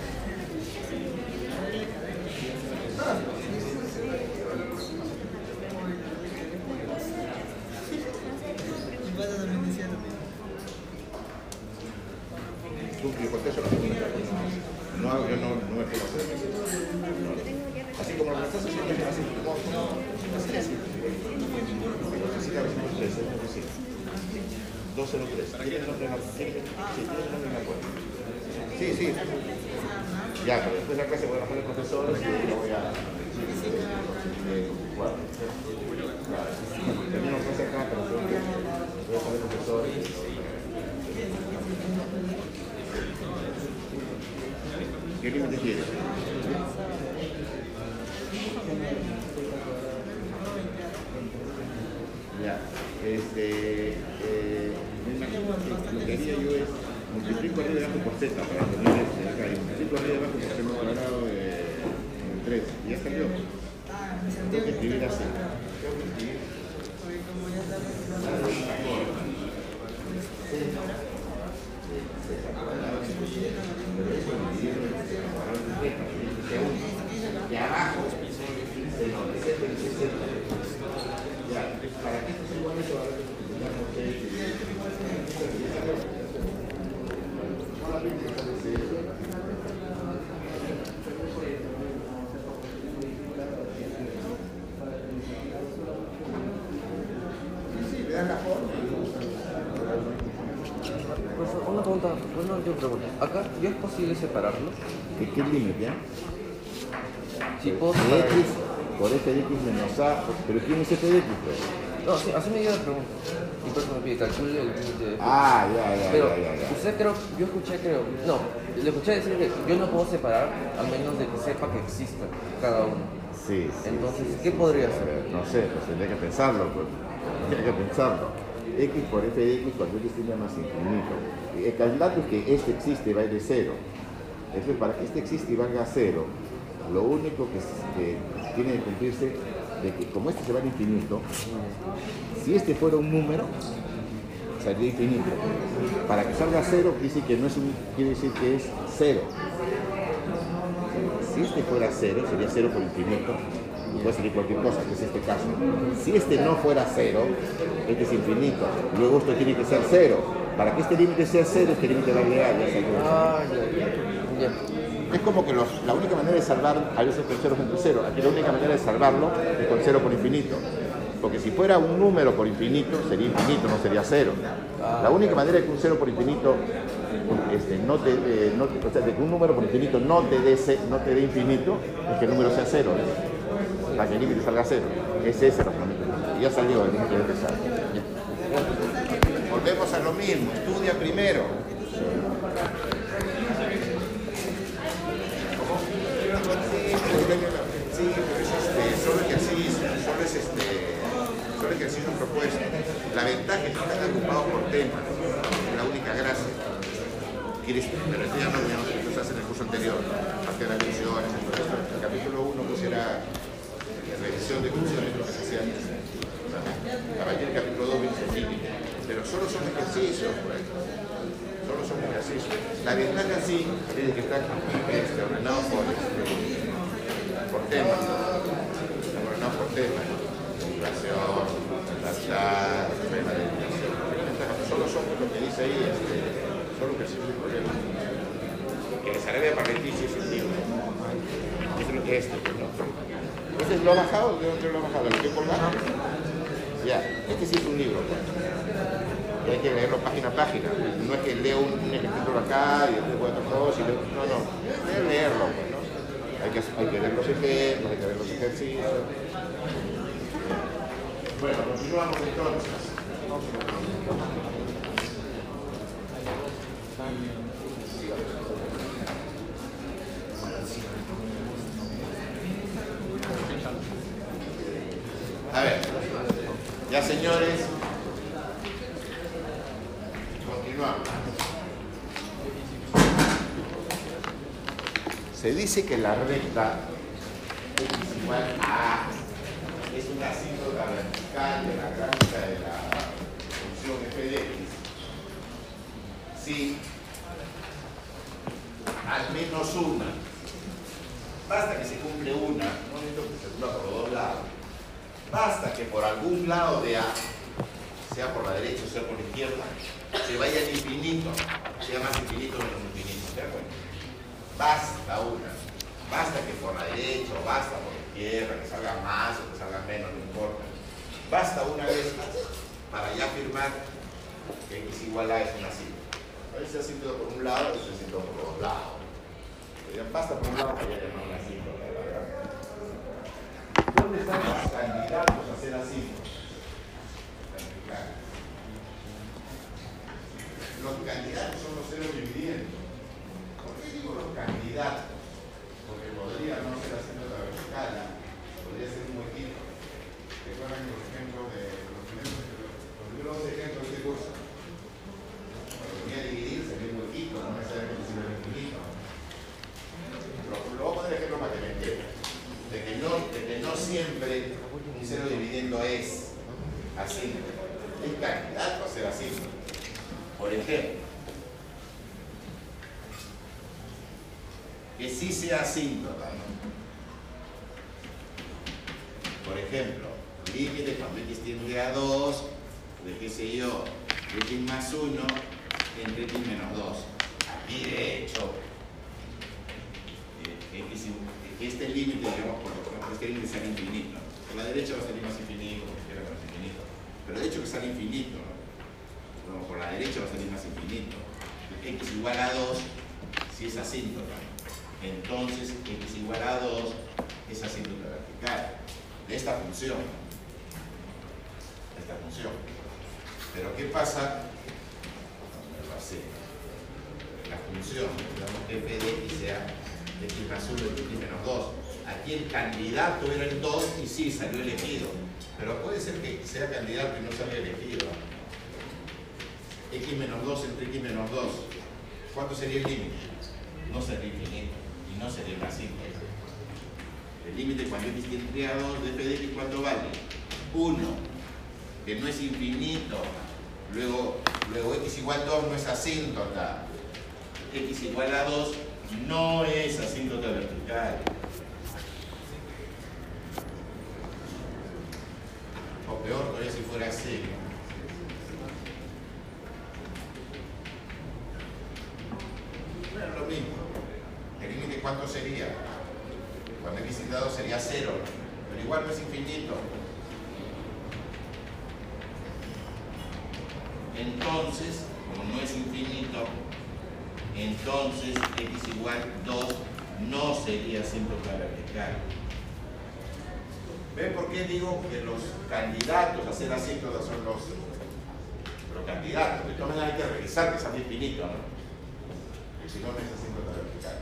Tú, que por eso no me gusta. No, yo no, no me puedo hacer eso. No. Así como lo que estás haciendo es así, como así es. dos cero tres. ¿Tienes el nombre en la cuenta? Sí, tienes el nombre en la cuenta. Sí, sí. Ya, pero después de la clase voy a bajar el profesor y lo voy a... Bueno, claro. Termino la clase acá, pero tengo que... voy a bajar el profesor y... ¿Qué límite quieres? Ya, este, eh, lo que haría yo es multiplico arriba y abajo por z para tener este acá y multiplico arriba y abajo por c cuadrado de tres y ya salió. Tengo que escribir así. Tengo que escribir. De abajo, ya, para que esto sea igual, eso va a haber que multiplicar pregunta, bueno, yo pregunto, ¿acá ya es posible separarlo? ¿Qué, qué límite? ¿Eh? Sí, puedo separar. X por f de x menos a, pero ¿quién es f de x? Pues? No, sí, así me dio la pregunta. Y por eso me pide calcule el límite de f. Ah, ya, ya, Pero ya, ya, ya. usted creo, yo escuché creo, no, le escuché decir que yo no puedo separar a menos de que sepa que exista cada uno. Sí, sí. Entonces, sí, ¿qué sí, podría sí, ser? No sé, pues tendría que pensarlo, pues. Tendría que pensarlo. X por f de x cuando x tiende a más infinito. El dato es que este existe y va a ir de cero. Entonces, para que este existe y valga cero, lo único que, que tiene que cumplirse de que como este se va al infinito, si este fuera un número, saldría infinito. Para que salga cero, dice que no es un, quiere decir que es cero. Si este fuera cero, sería cero por infinito, y puede salir cualquier cosa, que es este caso. Si este no fuera cero, este es infinito. Luego esto tiene que ser cero. Para que este límite sea cero, este límite vale a, ya salió. Ah, ya, ya. Es como que los, la única manera de salvar, a veces con ceros entre cero, aquí la única manera de salvarlo es con cero por infinito. Porque si fuera un número por infinito, sería infinito, no sería cero. La única manera de que un cero por infinito, este, no te, eh, no, o sea, de que un número por infinito no te dé, no te dé infinito, es que el número sea cero, ¿eh? Para que el límite salga cero. Ese es el razonamiento. Ya salió el límite de empezar. Volvemos a lo mismo, estudia primero. Sí, pero es este, solo ejercicio, solo es este, solo ejercicio propuesto. La ventaja es que están agrupados por temas, es la única gracia. ¿Quieres? Pero esto ya no, ya no se hace en el curso anterior, parte de las funciones, el capítulo uno pues era revisión de funciones, lo que se hacía antes. A partir del capítulo dos viene científico, pero solo son ejercicios, pues. Solo son ejercicios. La ventaja sí es que están este, ordenados por este, por temas, ordenados por temas, duración, velocidad, tema de eliminación. Solo son lo que dice ahí, este, solo ejercicios y problemas. Que les haré de paquetiche es el libro. Eso es lo que es este, ¿no? Entonces lo ha bajado, ¿de dónde lo ha bajado? ¿Lo que he colgado? Ya, este sí es un libro, pues. Y hay que leerlo página a página. No es que leo un, un ejemplo acá y después voy a otra cosa y leo, no, no, es leerlo, pues, ¿no? Hay que, hay que ver los ejemplos, hay que ver los ejercicios. Bueno, continuamos entonces. A ver, ya señores, continuamos. Se dice que la recta x igual a es una asíntota vertical de la gráfica de la función f de x si al menos una, basta que se cumple una, no necesito que se cumpla por los dos lados, basta que por algún lado de A, sea por la derecha o sea por la izquierda, se vaya al infinito, sea más infinito o menos infinito, ¿de acuerdo? Basta una, basta que por la derecha o basta por la izquierda, que salga más o que salga menos, no importa. Basta una vez más para ya afirmar que x igual a es una asíntota. A veces es asíntota por un lado, a veces es asíntota por los dos lados. Pero ya basta por un lado para ya llamar una asíntota, ¿verdad? ¿Dónde están los candidatos a ser asímbolos? Los candidatos son los ceros dividiendo. ¿Por qué digo los candidatos? Porque podría no ser asíntota vertical, podría ser un huequito. Recuerdan los ejemplos de los primeros, los primeros ejemplos de este curso. Cuando venía a dividir sería un huequito, no necesariamente sería un infinito. Lo, lo voy a poner ejemplo para que me entiendan. De que no, de que no siempre un cero dividiendo es asíntota. Es candidato a ser asíntota. Por ejemplo, que sí sea asíntota, ¿no? Por ejemplo, límite cuando x tiende a dos, de qué sé yo, x más uno entre x menos dos. Aquí de hecho, eh, x, este límite, digamos, por este límite sale infinito. Por la derecha va a salir más infinito, por la izquierda más infinito. Pero de hecho que sale infinito, ¿no? Bueno, por la derecha va a salir más infinito. x igual a dos si es asíntota. Entonces x igual a dos es asíntota vertical de esta función. De esta función. Pero ¿qué pasa? Así. La función, digamos que f de x sea x más uno y x menos dos. Aquí el candidato era el dos y sí, salió elegido. Pero puede ser que sea candidato y no salga elegido. X menos dos entre x menos dos. ¿Cuánto sería el límite? No sería infinito y no sería una síntota. El límite cuando x tiende a dos de f de x, ¿cuánto vale? uno, que no es infinito. Luego, luego x igual a dos no es asíntota. X igual a dos no es asíntota vertical. O peor todavía si fuera así. Bueno, lo mismo. ¿El límite cuánto sería? Cuando x igual a dos sería cero, pero igual no es infinito. Entonces, como no es infinito, entonces x igual a dos no sería asíntota vertical. ¿Ven por qué digo que los candidatos a ser asíntotas son los, los candidatos? De todas maneras hay que revisar que sean infinitos, ¿no? Porque si no, no es asíntota vertical.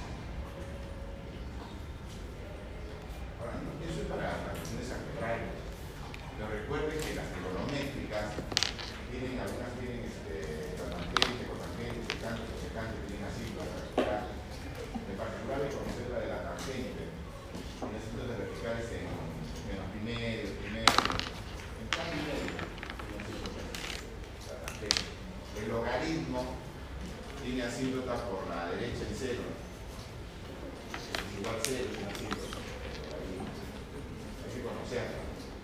Ahora, no, eso es para razones algebraicas. Pero recuerden que las trigonométricas tienen, algunas tienen este, tangente, cotangente, secante, cosecante, tienen asíntotas verticales. En particular, hay que conocer la de la tangente. Tiene asíntotas verticales en menos pi medio, pi medio, en cada medio. El logaritmo tiene asíntotas por la derecha en cero. Es igual a cero, es una asíntota. Hay que conocerla.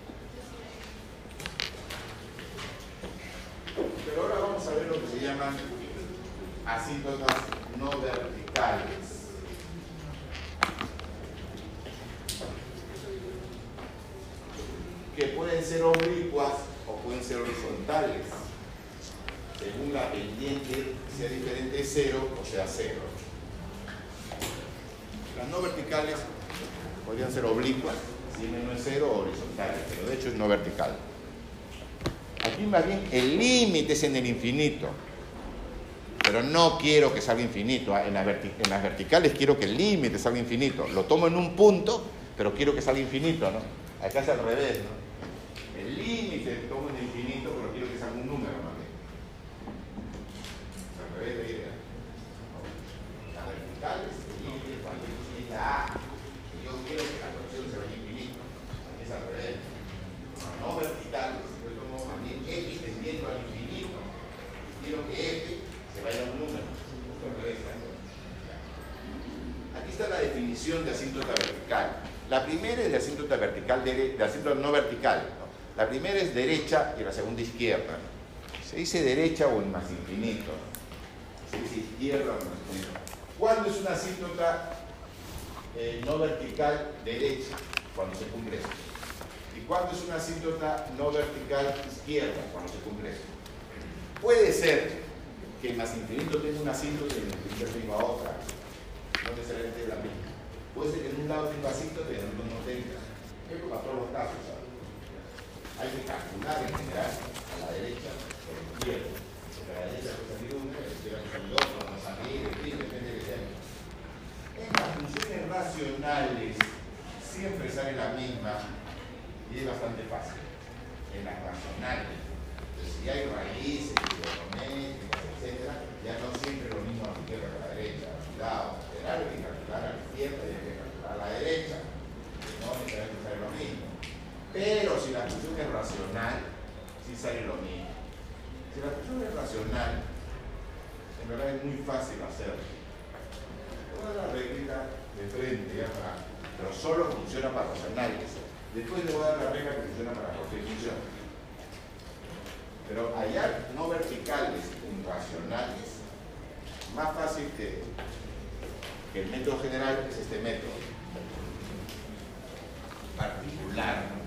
Pero ahora vamos a ver lo que se llaman asíntotas no verticales. Que pueden ser oblicuas o pueden ser horizontales, según la pendiente sea diferente de cero o sea cero. Las no verticales podrían ser oblicuas, si no es cero, o horizontales, pero de hecho es no vertical. Aquí más bien el límite es en el infinito, pero no quiero que salga infinito. En las, verti en las verticales quiero que el límite salga infinito. Lo tomo en un punto, pero quiero que salga infinito, ¿no? Acá es al revés, ¿no? El límite lo tomo en el infinito, pero quiero que salga un número, ¿no? Es al revés de la idea. Las verticales, el límite cuando es la A, yo quiero que la función se vaya infinito. Es al revés. No verticales, yo tomo también x tendiendo al infinito. Quiero que f se vaya a un número. Aquí está la definición de asíntota vertical. La primera es de asíntota vertical, de, de asíntota no vertical, ¿no? La primera es derecha y la segunda izquierda, ¿no? Se dice derecha o en más infinito, ¿no? Se dice izquierda o en más infinito. ¿Cuándo es una asíntota eh, no vertical derecha? Cuando se cumple esto. ¿Y cuándo es una asíntota no vertical izquierda? Cuando se cumple esto. Puede ser que el más infinito tenga una asíntota y el infinito tenga otra. No necesariamente es la misma. Puede ser que en un lado tenga asíntota y en el otro no tenga. Esto para todos los casos, ¿sabes? Hay que calcular en general a la derecha o a la izquierda. Porque a la derecha puede salir uno, a la izquierda puede salir otro, no salir, en fin, depende de qué sea. En las funciones racionales siempre sale la misma y es bastante fácil. En las racionales. Entonces, si hay raíces, trigonométricas, etcétera, ya no siempre lo mismo a la izquierda que a la derecha. Cuidado, hay que calcular a la izquierda y hay que calcular a la derecha. No necesariamente sale lo mismo. Pero si la función es racional, sí sale lo mismo. Si la función es racional, en verdad es muy fácil hacerlo. Toda la regla de frente, ya para, pero solo funciona para racionales. Después le voy a dar la regla que funciona para cualquier función. Pero hallar no verticales irracionales, más fácil que, que el método general es este método particular, ¿no?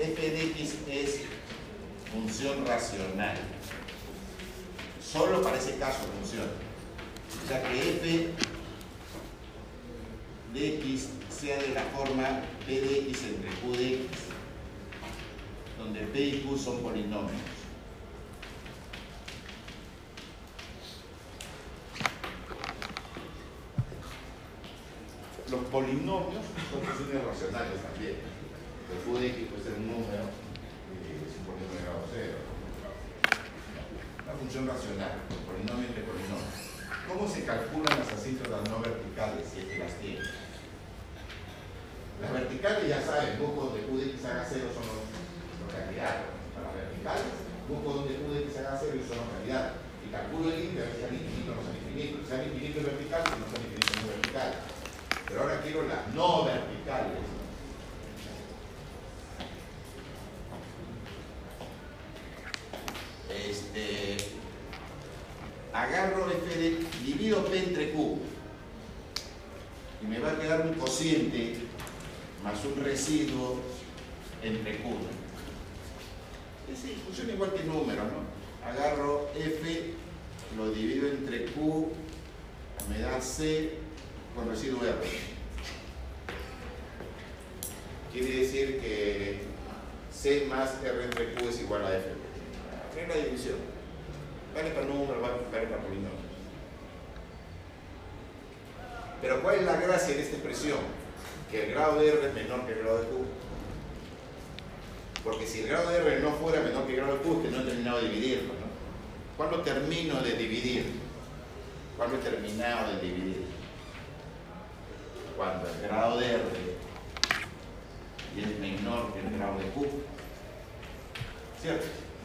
f de x es función racional. Solo para ese caso funciona. O sea que f de x sea de la forma p de x entre q de x, donde p y q son polinomios. Los polinomios son funciones racionales también. El q de x puede ser un número, eh, es un polinomio de grado cero. Una función racional, polinomio entre polinomios. ¿Cómo se calculan las asíntotas no verticales si es que las tiene? Las verticales ya saben, busco donde q de x haga cero son los, los candidatos. Para las verticales, busco donde q de x haga cero y son los candidatos. Y calculo el límite a ver si al infinito o no son infinitos. Si al infinito es vertical, si no son infinitos no es vertical. Pero ahora quiero las no verticales. Este, agarro f de, divido p entre q y me va a quedar un cociente más un residuo entre q. Es decir, funciona igual que número, ¿no? Agarro f, lo divido entre q, me da c con residuo r. Quiere decir que c más r entre q es igual a f. Regla de división. Vale para números, vale para polinomios. Pero ¿cuál es la gracia de esta expresión? Que el grado de r es menor que el grado de q. Porque si el grado de r no fuera menor que el grado de q, es que no he terminado de dividirlo, ¿no? ¿Cuándo termino de dividir? ¿Cuándo he terminado de dividir? Cuando el grado de r es menor que el grado de q. ¿Cierto?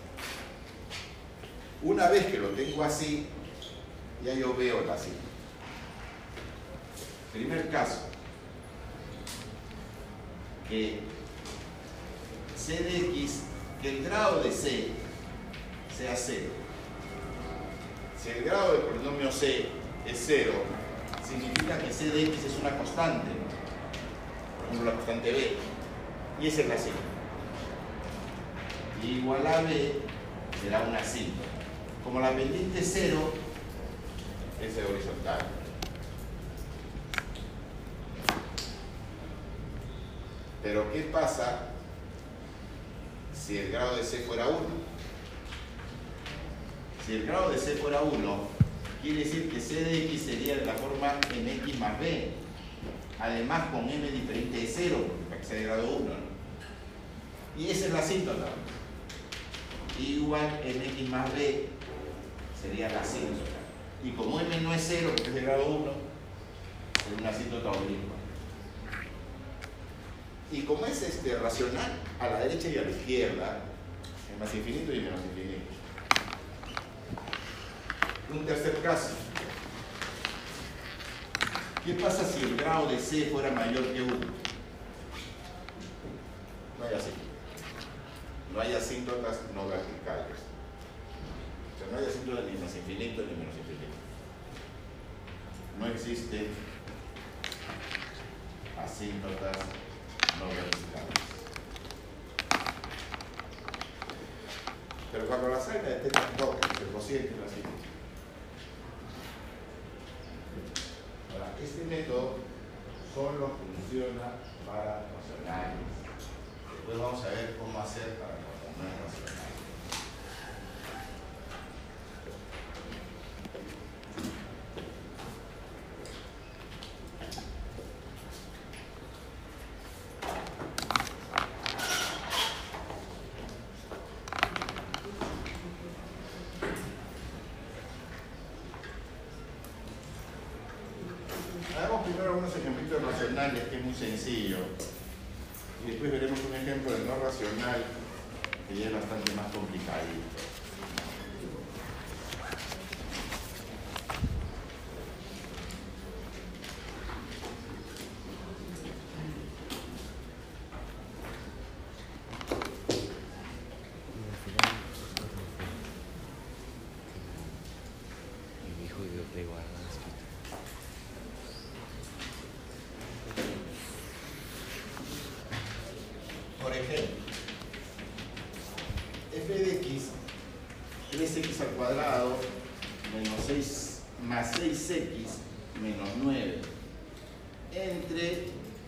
Una vez que lo tengo así, ya yo veo la cita. Primer caso, que c de x, que el grado de c sea cero. Si el grado del polinomio c es cero, significa que c de x es una constante, por ejemplo la constante b, y esa es la cita. Y igual a b será una asíntota. Como la pendiente es cero, es horizontal. Pero ¿qué pasa si el grado de c fuera uno? Si el grado de c fuera uno, quiere decir que c de x sería de la forma en x más b, además con m diferente de cero, para que sea de grado uno, ¿no? Y esa es la asíntota. Igual en x más b sería la asíntota. Y como m no es cero, porque es de grado uno, es una asíntota oblicua. Y como es este, racional, a la derecha y a la izquierda, es más infinito y menos infinito. Un tercer caso. ¿Qué pasa si el grado de c fuera mayor que uno? No hay asíntota. No hay asíntotas no verticales. O sea, no hay asíntotas ni más infinito ni menos infinito. No existen asíntotas no verticales. Pero cuando la salga de teta toca, el cociente es la asíntota. Ahora, este método solo funciona para racionales. Después vamos a ver cómo hacer para cuando no es racional. Hagamos primero algunos ejemplitos racionales, que es muy sencillo. Y después veremos un ejemplo de no racional que ya es bastante más complicadito. Mi hijo dio de guardar escrito. Por ejemplo, tres x al cuadrado menos seis más seis x menos nueve entre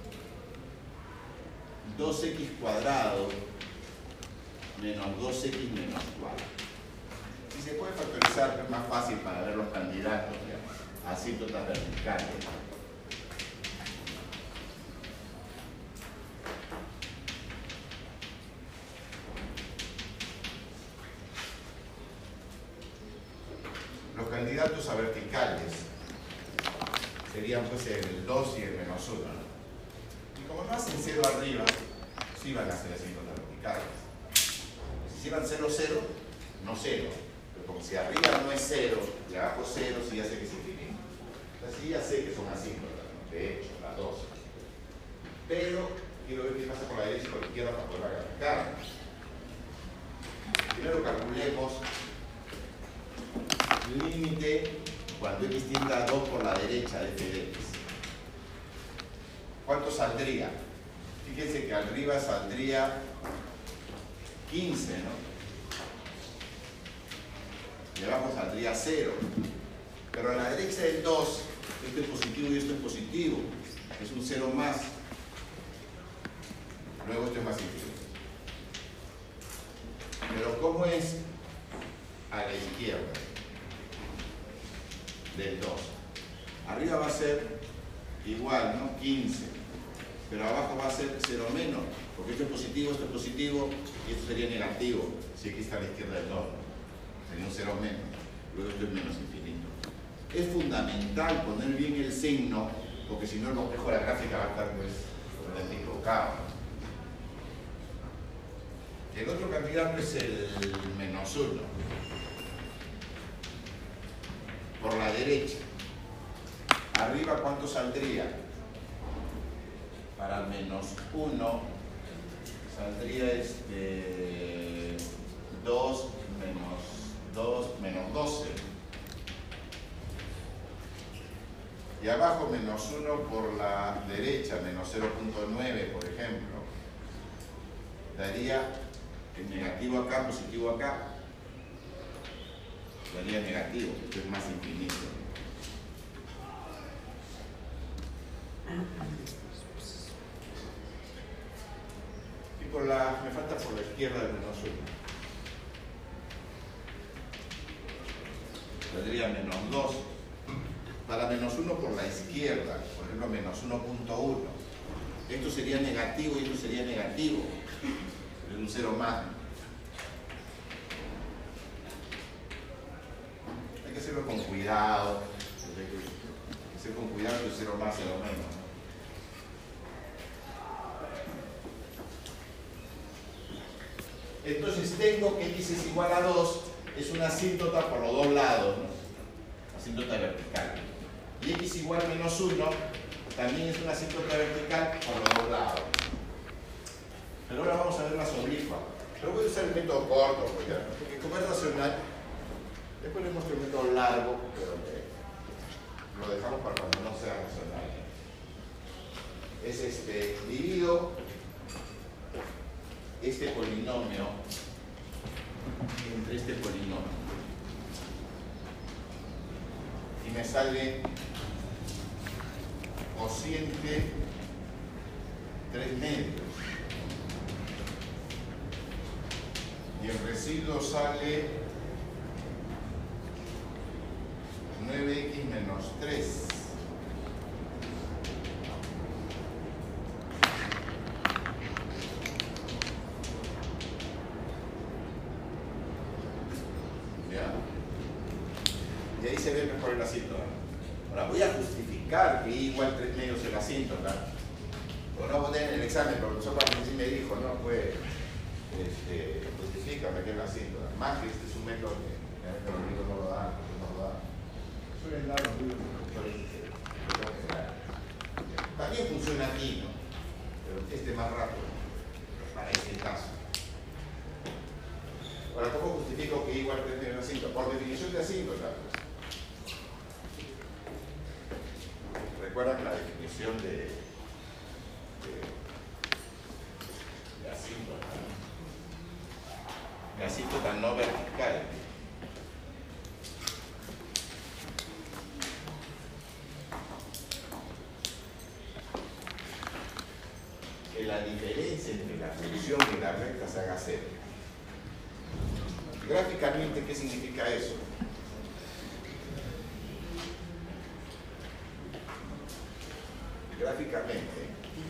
dos x cuadrado menos dos x menos cuatro. Si se puede factorizar, es más fácil para ver los candidatos a asíntotas verticales. Los candidatos a verticales serían pues el dos y el menos uno, ¿no? Y como no hacen cero arriba, sí van a ser asíntotas verticales. Si hicieran cero, cero, no cero. Pero como si arriba no es cero y abajo cero, sí ya sé que es infinito. Entonces sí ya sé que son asíntotas, ¿no? De hecho, las dos. Pero quiero ver qué pasa con la derecha y con la izquierda para poder graficar. Primero calculemos límite cuando x tiende a dos por la derecha de f de x. ¿Cuánto saldría? Fíjense que arriba saldría quince, ¿no? Y abajo saldría cero. Pero a la derecha del dos, esto es positivo y esto es positivo. Es un cero más. Luego esto es más infinito. Pero ¿cómo es a la izquierda del dos? Arriba va a ser igual, ¿no? quince. Pero abajo va a ser cero menos. Porque esto es positivo, esto es positivo y esto sería negativo. Si aquí está a la izquierda del dos, ¿no? Sería un cero menos. Luego esto es menos infinito. Es fundamental poner bien el signo, porque si no el bosquejo de la gráfica va a estar pues totalmente equivocado. El otro candidato es el menos uno. Por la derecha. Arriba, ¿cuánto saldría? Para el menos uno saldría este dos menos dos menos doce. Y abajo menos uno por la derecha, menos cero punto nueve, por ejemplo. Daría el negativo acá, positivo acá. Daría negativo, esto es más infinito. Y por la, me falta por la izquierda el menos uno. Tendría menos dos. Para menos uno por la izquierda, por ejemplo, menos uno punto uno. Esto sería negativo y esto sería negativo. Es un cero más. Hay que hacerlo con cuidado. Hay que hacer con cuidado que cero más, cero menos. Entonces tengo que x es igual a dos, es una asíntota por los dos lados, ¿no? Asíntota vertical. Y x igual a menos uno también es una asíntota vertical por los dos lados. Pero ahora vamos a ver las oblicuas. Pero voy a usar el método corto, porque como es racional, después les muestro el método largo, pero lo dejamos para cuando no sea racional. Es este, divido este polinomio entre este polinomio. Y me sale cociente tres medios. Y el residuo sale nueve x menos tres. ¿Ya? Y ahí se ve mejor el asíntota. Ahora voy a justificar que y igual tres medios es el asíntota. O no voté en el examen, pero el profesor sí me dijo, no, pues, este, justifícame que es el asíntota. Más que este es un método que que los libros no lo dan, no lo dan. Suelen dar los libros de los profesores que tengo que dar. También funciona aquí, ¿no? Pero este es más rápido para este caso. Ahora, ¿cómo justifico que igual tres medios es asíntota? Por definición de asíntota. ¿Recuerdan la definición de, de, de asíntota? De asíntota no vertical. función y la recta se haga cero. Gráficamente, ¿qué significa eso? Gráficamente,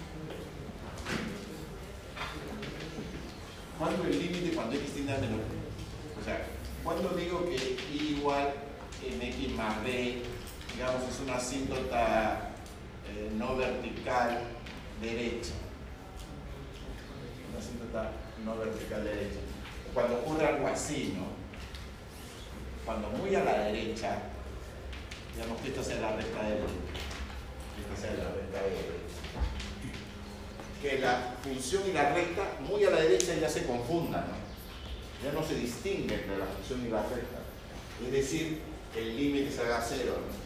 cuando el límite, cuando x tiende a menos, o sea, cuando digo que y igual mx más b, digamos, es una asíntota eh, no vertical derecha, una asíntota no vertical derecha. Cuando ocurre algo así, ¿no? Cuando muy a la derecha, digamos que esta sea la recta de derecha, esta sea la recta de derecha, que la función y la recta muy a la derecha ya se confundan, ¿no? Ya no se distingue entre la función y la recta, es decir, que el límite se haga cero, ¿no?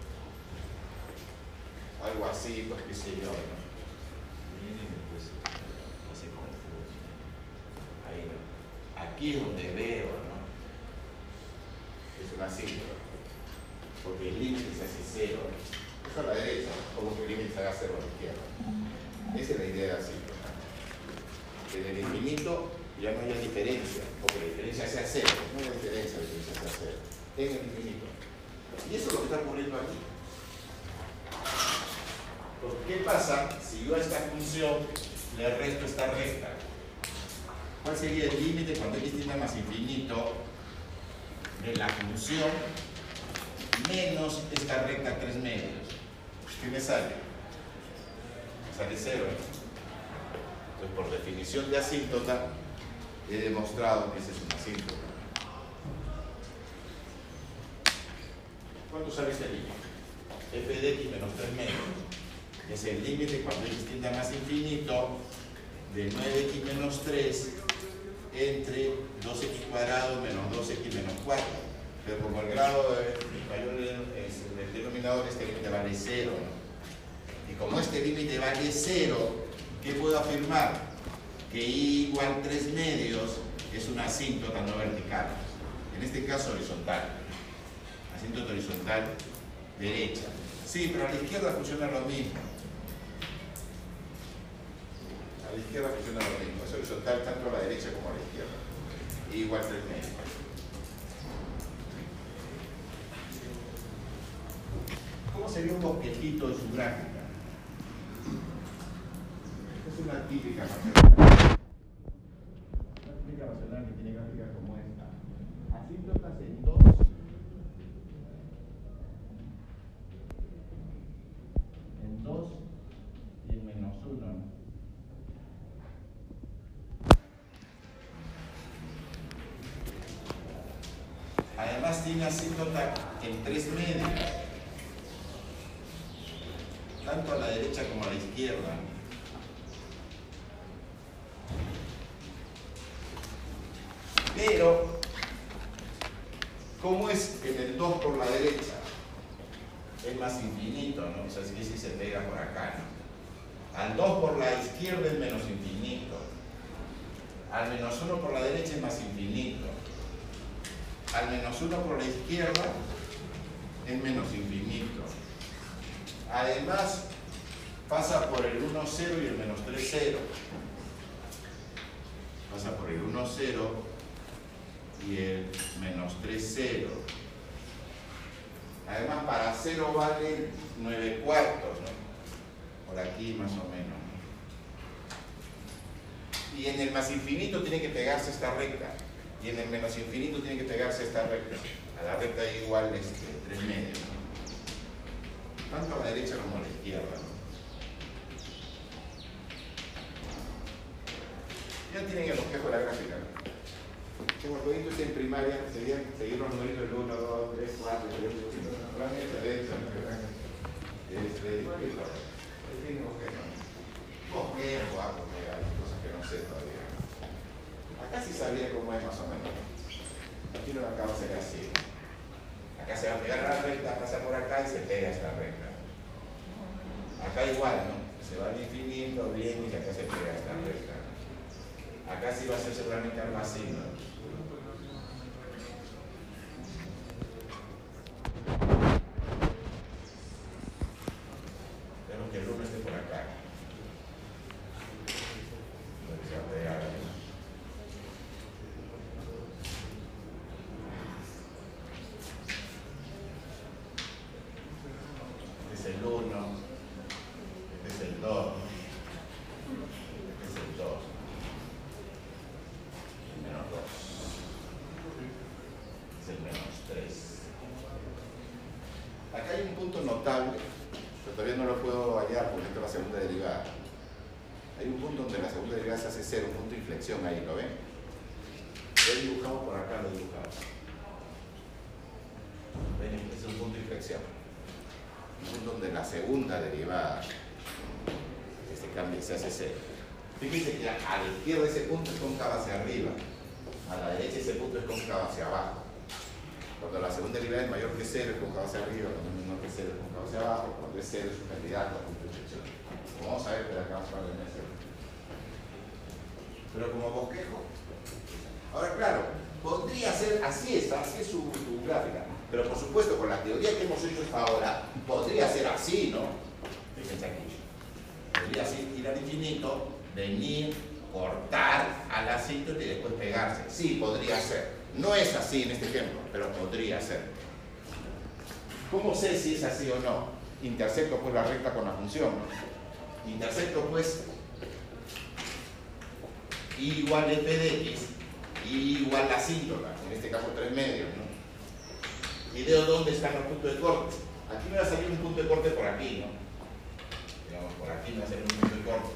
Algo así, pues qué sé yo, ¿no? Pues, no se confunde. Ahí, ¿no? Aquí es donde veo, ¿no? Es una asíntota, porque el límite se hace cero, ¿no? Es a la derecha, como que el límite se haga cero a la izquierda. Esa es la idea de la asíntota. Que en el infinito ya no haya diferencia, porque la diferencia sea cero, no hay diferencia, la diferencia sea cero, en el infinito. Y eso es lo que está ocurriendo aquí. ¿Qué pasa si yo a esta función le resto esta recta? ¿Cuál sería el límite cuando x tiende a más infinito de la función menos esta recta tres medios? ¿Qué me sale? Me sale cero, ¿no? Entonces, por definición de asíntota, he demostrado que esa es una asíntota. ¿Cuánto sale este límite? F de x menos tres medios. Es el límite cuando x tiende a más infinito de nueve x menos tres entre dos x cuadrado menos dos x menos cuatro. Pero como el grado mayor es el denominador, este límite vale cero, ¿no? Y como este límite vale cero, ¿qué puedo afirmar? Que y igual tres medios es una asíntota no vertical. En este caso horizontal. Asíntota horizontal derecha. Sí, pero a la izquierda funciona lo mismo. A la izquierda funciona lo mismo. Es horizontal tanto a la derecha como a la izquierda. Y igual tres medios. ¿Cómo sería un bosquejito de su gráfica? Es una típica racional. Una típica racional que tiene gráficas como esta. Asíntotas en dos. En dos y en menos uno. Además tiene asíntota en tres medios. Tanto a la derecha como a la izquierda. Pero, ¿cómo es en el dos por la derecha? Es más infinito, ¿no? O sea, es que si se pega por acá, ¿no? Al dos por la izquierda es menos infinito. Al menos uno por la derecha es más infinito. Al menos uno por la izquierda es menos infinito. Además, pasa por el uno, cero y el menos tres, cero. Pasa por el uno, cero y el menos tres, cero. Además, para cero vale nueve cuartos, ¿no? Por aquí más o menos. Y en el más infinito tiene que pegarse esta recta. Y en el menos infinito tiene que pegarse esta recta. A la recta igual este, tres medios, ¿no? Tanto a la derecha como a la izquierda, ¿no? Ya tienen el bosquejo de la gráfica. Como el código está en primaria, serían seguir los numeritos del uno, dos, tres, cuatro, cinco, seis, siete, bosquejo, ah, porque hay cosas que no sé todavía. Acá sí sabía cómo es más o menos. Aquí lo que acabo de hacer así. Acá se va a pegar a la recta, pasa por acá y se pega a esta recta. Acá igual, ¿no? Se va al infinito, bien, y acá se pega a esta recta. Acá sí va a ser seguramente algo así, ¿no? Tenemos que el uno esté por acá. segunda derivada. Hay un punto donde la segunda derivada se hace cero, un punto de inflexión ahí, ¿lo ven? Lo he dibujado por acá, lo he dibujado. ¿Ven? Es un punto de inflexión. Un punto donde la segunda derivada se cambia y se hace cero. Fíjense que a la izquierda ese punto es cóncavo hacia arriba, a la derecha ese punto es cóncavo hacia abajo. Cuando la segunda derivada es mayor que cero es cóncavo hacia arriba, cuando es menor que cero es cóncavo hacia abajo, cuando es cero es su candidato a punto de inflexión. Como vamos a ver, pero acá vamos a hablar de eso. Pero como bosquejo. Ahora, claro, podría ser, así es, así es su, su gráfica. Pero por supuesto, con la teoría que hemos hecho hasta ahora, podría ser así, ¿no? Fíjense aquí. Podría ser ir al infinito, venir, cortar a la asíntota y después pegarse. Sí, podría ser. No es así en este ejemplo, pero podría ser. ¿Cómo sé si es así o no? Intersecto pues la recta con la función. Intersecto pues y igual f de x, y igual la asíntota, en este caso tres medios, ¿no? Y veo dónde están los puntos de corte. Aquí me va a salir un punto de corte por aquí, ¿no? Digamos, por aquí me va a salir un punto de corte.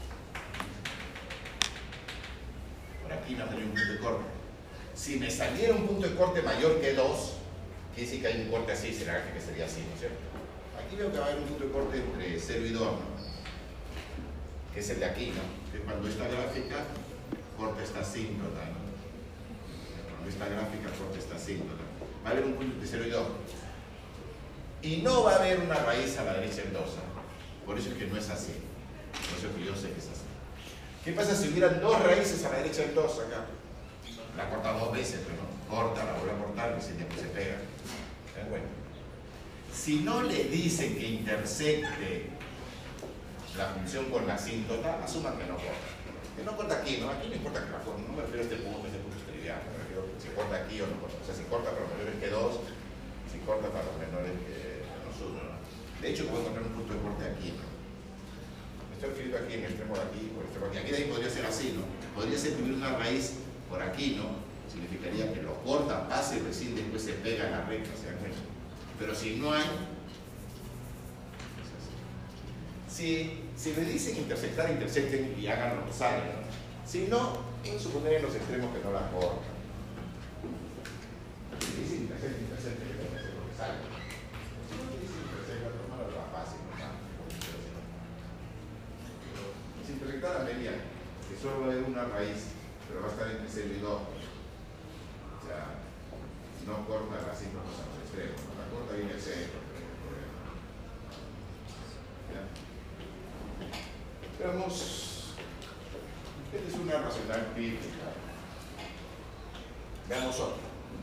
Por aquí me va a salir un punto de corte. Si me saliera un punto de corte mayor que dos, quiere decir que hay un corte así, si la gráfica sería así, ¿no es cierto? Aquí veo que va a haber un punto de corte entre cero y dos, ¿no? Que es el de aquí, ¿no? Que cuando esta gráfica corta esta asíntota, ¿no? Cuando esta gráfica corta esta asíntota. Va a haber un punto entre cero y dos. Y no va a haber una raíz a la derecha del dos, ¿no? Por eso es que no es así. Por eso es que yo sé que es así. ¿Qué pasa si hubieran dos raíces a la derecha del dos acá? La corta dos veces, pero no. Corta, la vuelve a cortar y se, se pega. ¿Eh? Bueno. Si no le dicen que intersecte la función con la asíntota, asuman que no corta. Que no corta aquí, ¿no? Aquí no importa que la forma, no me refiero a este punto, este punto es trivial, me refiero a si corta aquí o no corta. O sea, si corta para los menores que dos, si corta para los menores que menos uno, ¿no? De hecho, puedo encontrar un punto de corte aquí, ¿no? Me estoy refiriendo aquí, en el extremo de aquí, por el extremo de aquí. Aquí de ahí podría ser así, ¿no? Podría ser primero una raíz por aquí, ¿no? Significaría que lo corta, pasa y recién después se pega en la recta, ¿se dan cuenta? Pero si no hay, Si, si le dicen intersectar, intersecten y hagan lo que sale, ¿no? Si no, pueden suponer en los extremos que no la cortan. Si le dicen intersecten, intersecten, que pueden hacer lo que sale. Si no le dicen intersecten, no lo va fácil, ¿no? Si intersectaran vería que solo va a haber una raíz, pero va a estar entre cero y dos. O sea, no corta las síntoma a los extremos, ¿no? La corta viene el centro. Veamos, esta es una racional crítica. Veamos otra.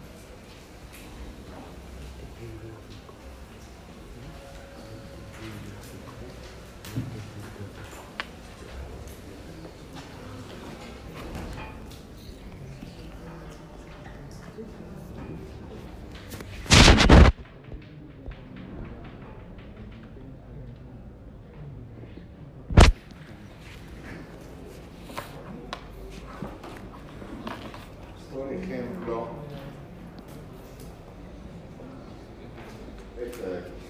Por ejemplo, esta de aquí.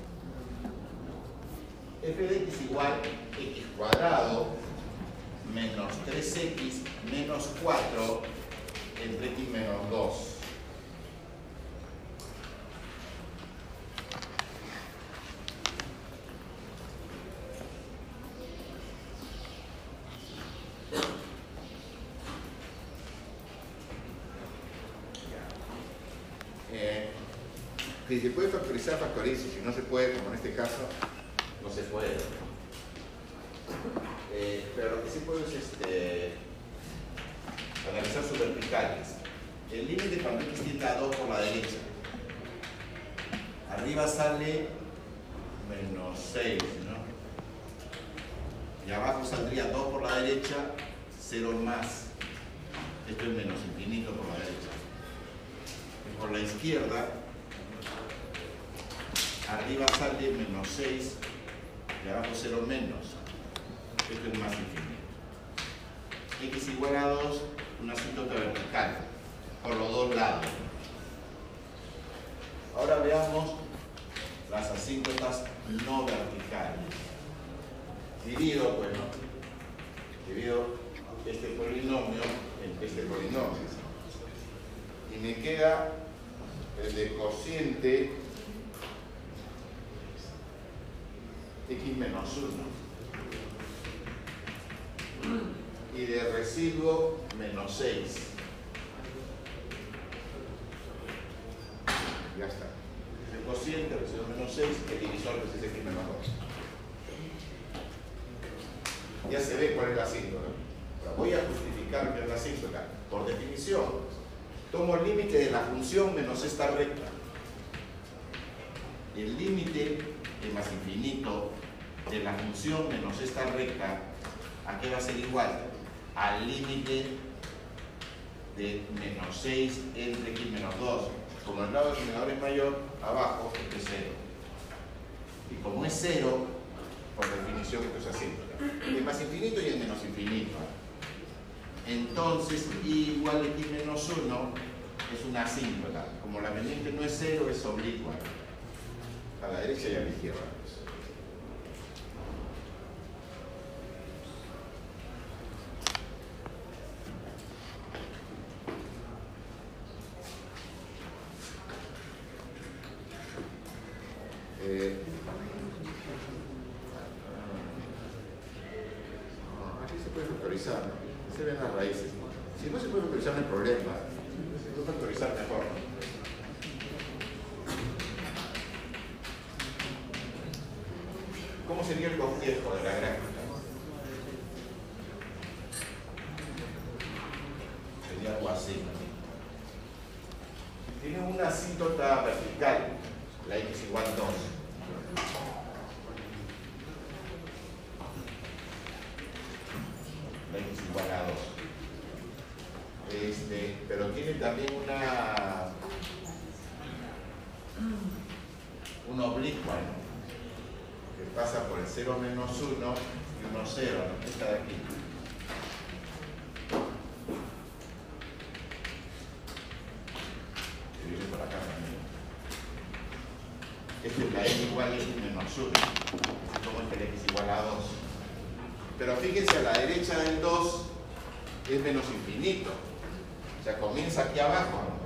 F de x igual x cuadrado menos tres x menos cuatro entre x menos dos. Si se puede factorizar, factoriza. Si no se puede, como en este caso, no se puede. Eh, pero lo que sí puedo es este, analizar sus verticales. El límite cuando x tiende a dos por la derecha. Arriba sale menos seis, ¿no? Y abajo saldría dos por la derecha, cero más. Esto es menos infinito por la derecha. Y por la izquierda, arriba sale menos seis y abajo cero menos. Esto es más infinito. X igual a dos, una asíntota vertical, por los dos lados. Ahora veamos las asíntotas no verticales. divido, bueno, divido este polinomio entre este polinomio. Y me queda el de cociente x menos uno y de residuo menos seis. Ya está. El cociente, residuo menos seis, el divisor pues es x menos dos. Ya se ve cuál es la asíntota. Ahora voy a justificar que es la asíntota. Por definición, tomo el límite de la función menos esta recta. El límite de más infinito de la función menos esta recta, ¿a qué va a ser igual? Al límite de menos seis entre x menos dos. Como el lado del denominador es mayor, abajo es cero. Y como es cero, por definición esto es asíntota. El más infinito y el menos infinito. Entonces, y igual x menos uno es una asíntota. Como la pendiente no es cero, es oblicua. A la derecha y a la izquierda. Eh, aquí se puede factorizar, ¿no? Se ven las raíces. Si no se puede factorizar, no hay problema. Se puede factorizar mejor. ¿Cómo sería el complejo de la gráfica? Sería algo así. Tiene una asíntota vertical, la x igual a dos. La x igual a dos. Este, pero tiene también una una oblicua, ¿no? Que pasa por el cero menos uno y uno cero, ¿no? Esta de aquí. Se viene por acá también. Esta es la x igual a x menos uno. Así como es que la x igual a dos. Pero fíjense, a la derecha del dos es menos infinito. O sea, comienza aquí abajo, ¿no?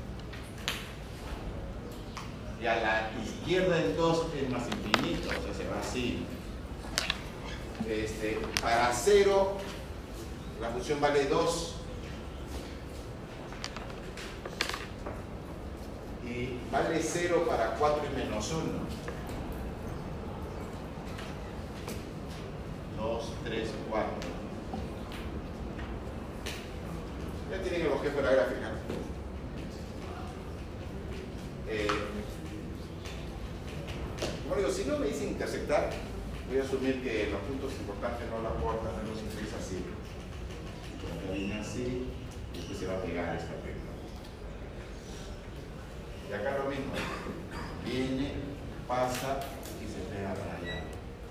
Y a la izquierda del dos es más infinito, o sea, se va así. Este, para cero, la función vale dos. Y vale cero para cuatro y menos uno. dos, tres, cuatro. Ya tienen el objeto de la gráfica. Eh, Bueno, digo, si no me dice intersectar, voy a asumir que los puntos importantes no la aportan, no los interesa así. Como que viene así, y después se va a pegar a esta recta. Y acá lo mismo. Viene, pasa y se pega para allá.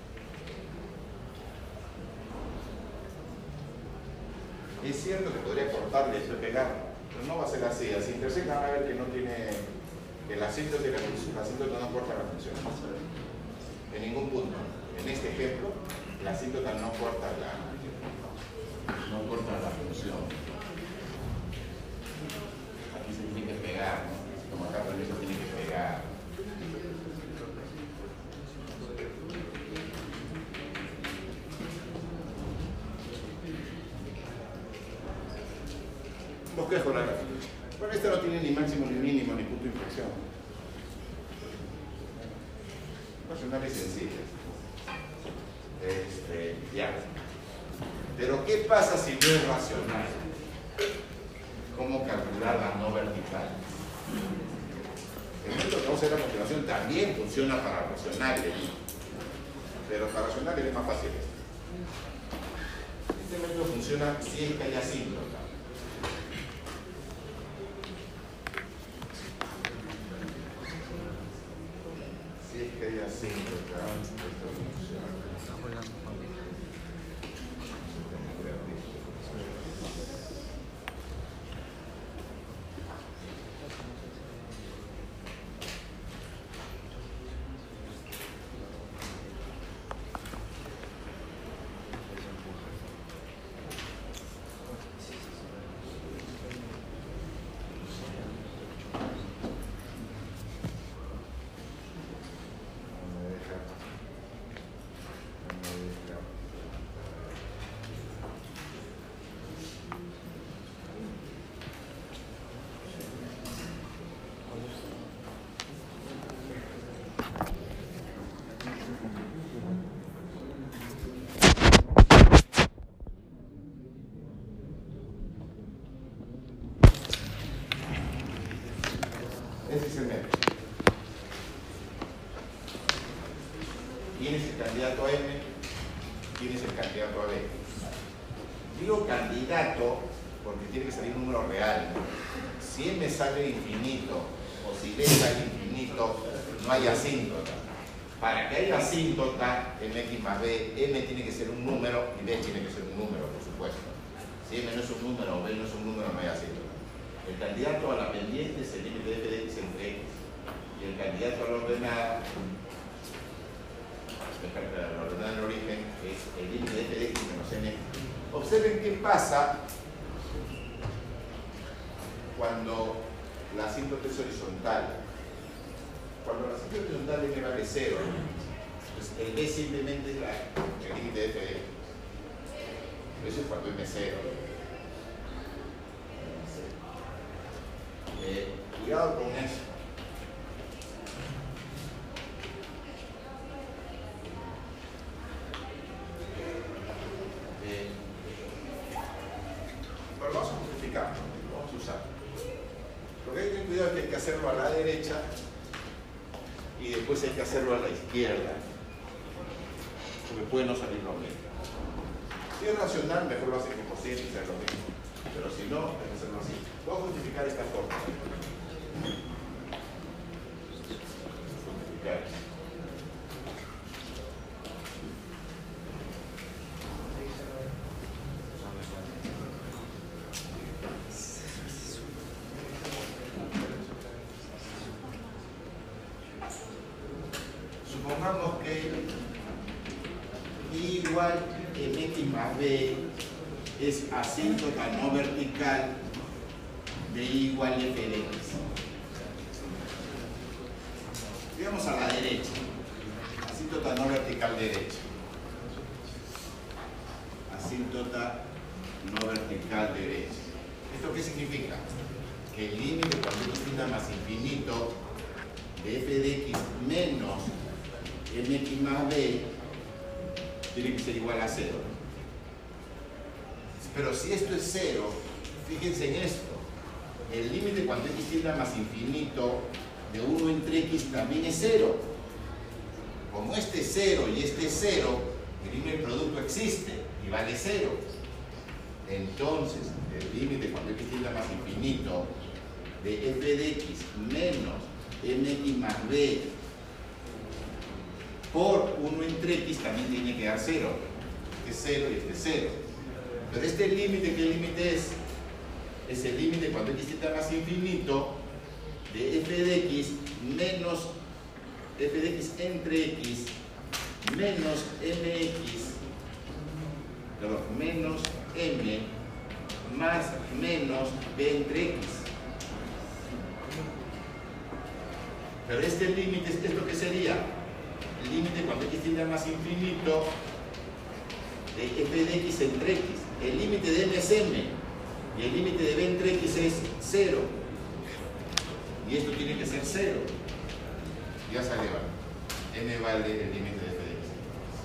Es cierto que podría cortarle y después pegar, pero no va a ser así. Así intersectan, van a ver que no tiene. El asíntota de la función, el asíntota no corta la función. En ningún punto. En este ejemplo, el asíntota no corta la, no corta la función. Aquí se tiene que pegar, ¿no? Como acá también se tiene que pegar. Bosquejo la gráfica. Bueno, esta no tiene ni máximo ni mínimo ni punto de inflexión. Racionales sencillas. Este, ya. Pero ¿qué pasa si no es racional? ¿Cómo calcular la no vertical? El método que vamos a ver a continuación también funciona para racionales, pero para racionales es más fácil esto. Este método funciona si es que hay asíntota. Si es que hay asíntota, esto funciona. tienes el candidato a M, tienes el candidato a B. Digo candidato porque tiene que salir un número real. Si M sale infinito o si B sale infinito, no hay asíntota. Para que haya asíntota, Mx más B, M tiene que ser un número y B tiene que ser un número, por supuesto. Si M no es un número o B no es un número, no hay asíntota. El candidato a la pendiente es el límite de f de x entre x. Y el candidato a la ordenada, la ordenada en el origen, es el límite de f de x menos n. Observen qué pasa cuando la asíntota es horizontal. Cuando la asíntota horizontal m vale cero, pues el b simplemente es la, el límite de f de x. Eso es cuando m es cero. Eh, cuidado con eso. Eh, pero vamos a simplificar, vamos a usar. Lo que hay que tener cuidado es que hay que hacerlo a la derecha y después hay que hacerlo a la izquierda, porque puede no salir lo mismo. Si es racional, mejor lo hace como cien y sea lo mismo. Pero si no, hay que hacerlo así. Voy a justificar esta forma. Justificar. Supongamos que I igual Mx más B es asíntota no vertical de I igual f de x. Digamos a la derecha, asíntota no vertical derecha. Asíntota no vertical derecha. ¿Esto qué significa? Que el límite cuando x tiende a más infinito de f de x menos mx más b tiene que ser igual a cero. Pero si esto es cero, fíjense en esto. El límite cuando x tiende a más infinito de uno entre x también es cero. Como este es cero y este es cero, el límite del producto existe y vale cero. Entonces, el límite cuando x tiende a más infinito de f de x menos mx más b por uno entre x también tiene que dar cero. Este es cero y este es cero. Pero este límite, ¿qué límite es? Es el límite cuando x tiende a más infinito de f de x menos f de x entre x menos mx, perdón, menos m más menos b entre x. Pero este límite, ¿esto qué sería? El límite cuando x tiende a más infinito de f de x entre x. El límite de m es m y el límite de b entre x es cero. Y esto tiene que ser cero. Ya sale, m vale el límite de f de x.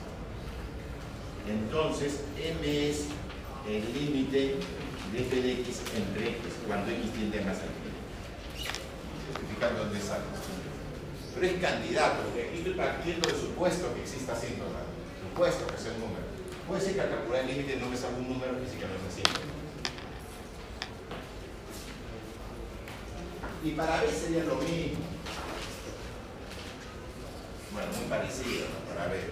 Entonces, m es el límite de f de x entre x cuando x tiende a más infinito. Justificando dónde sale. Pero es candidato, porque aquí estoy partiendo del supuesto que exista asíntota. Supuesto que es el número. Puede ser que al calcular el límite no me salga un número que sí que no es así. Y para B sería lo mismo. Bueno, muy parecido, ¿no? Para B.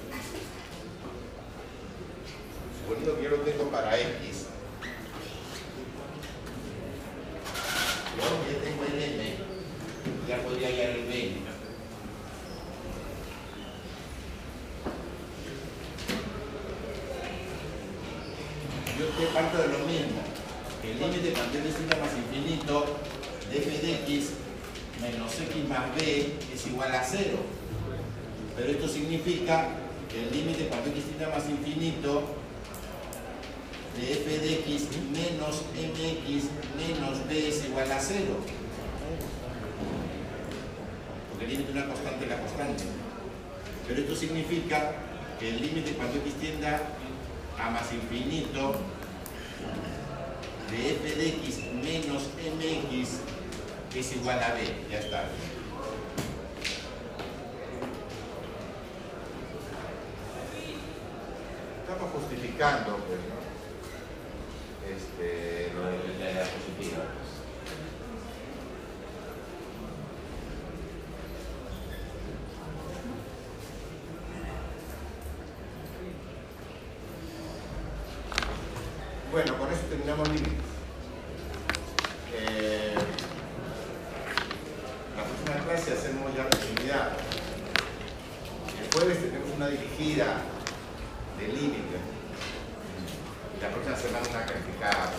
Suponiendo que yo lo tengo para X. Yo ya tengo el M, ya podría hallar el B. Yo te parto de lo mismo. El límite cuando x tiende a más infinito de f de x menos x más b es igual a cero. Pero esto significa que el límite cuando x tiende a más infinito de f de x menos mx menos b es igual a cero. Porque el límite de una constante es la constante. Pero esto significa que el límite cuando x tienda a más infinito de f de x menos mx es igual a b. Ya está. explicando pues, ¿no? este, lo de la diapositiva. Pues. Bueno, con eso terminamos límites. Eh, la próxima clase hacemos ya la actividad. El jueves tenemos una dirigida de límites. Y la próxima semana una calificada.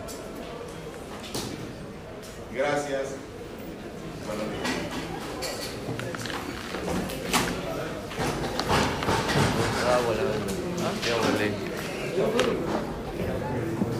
Gracias. Buenos días. Ah, bueno. Ah, ya volé.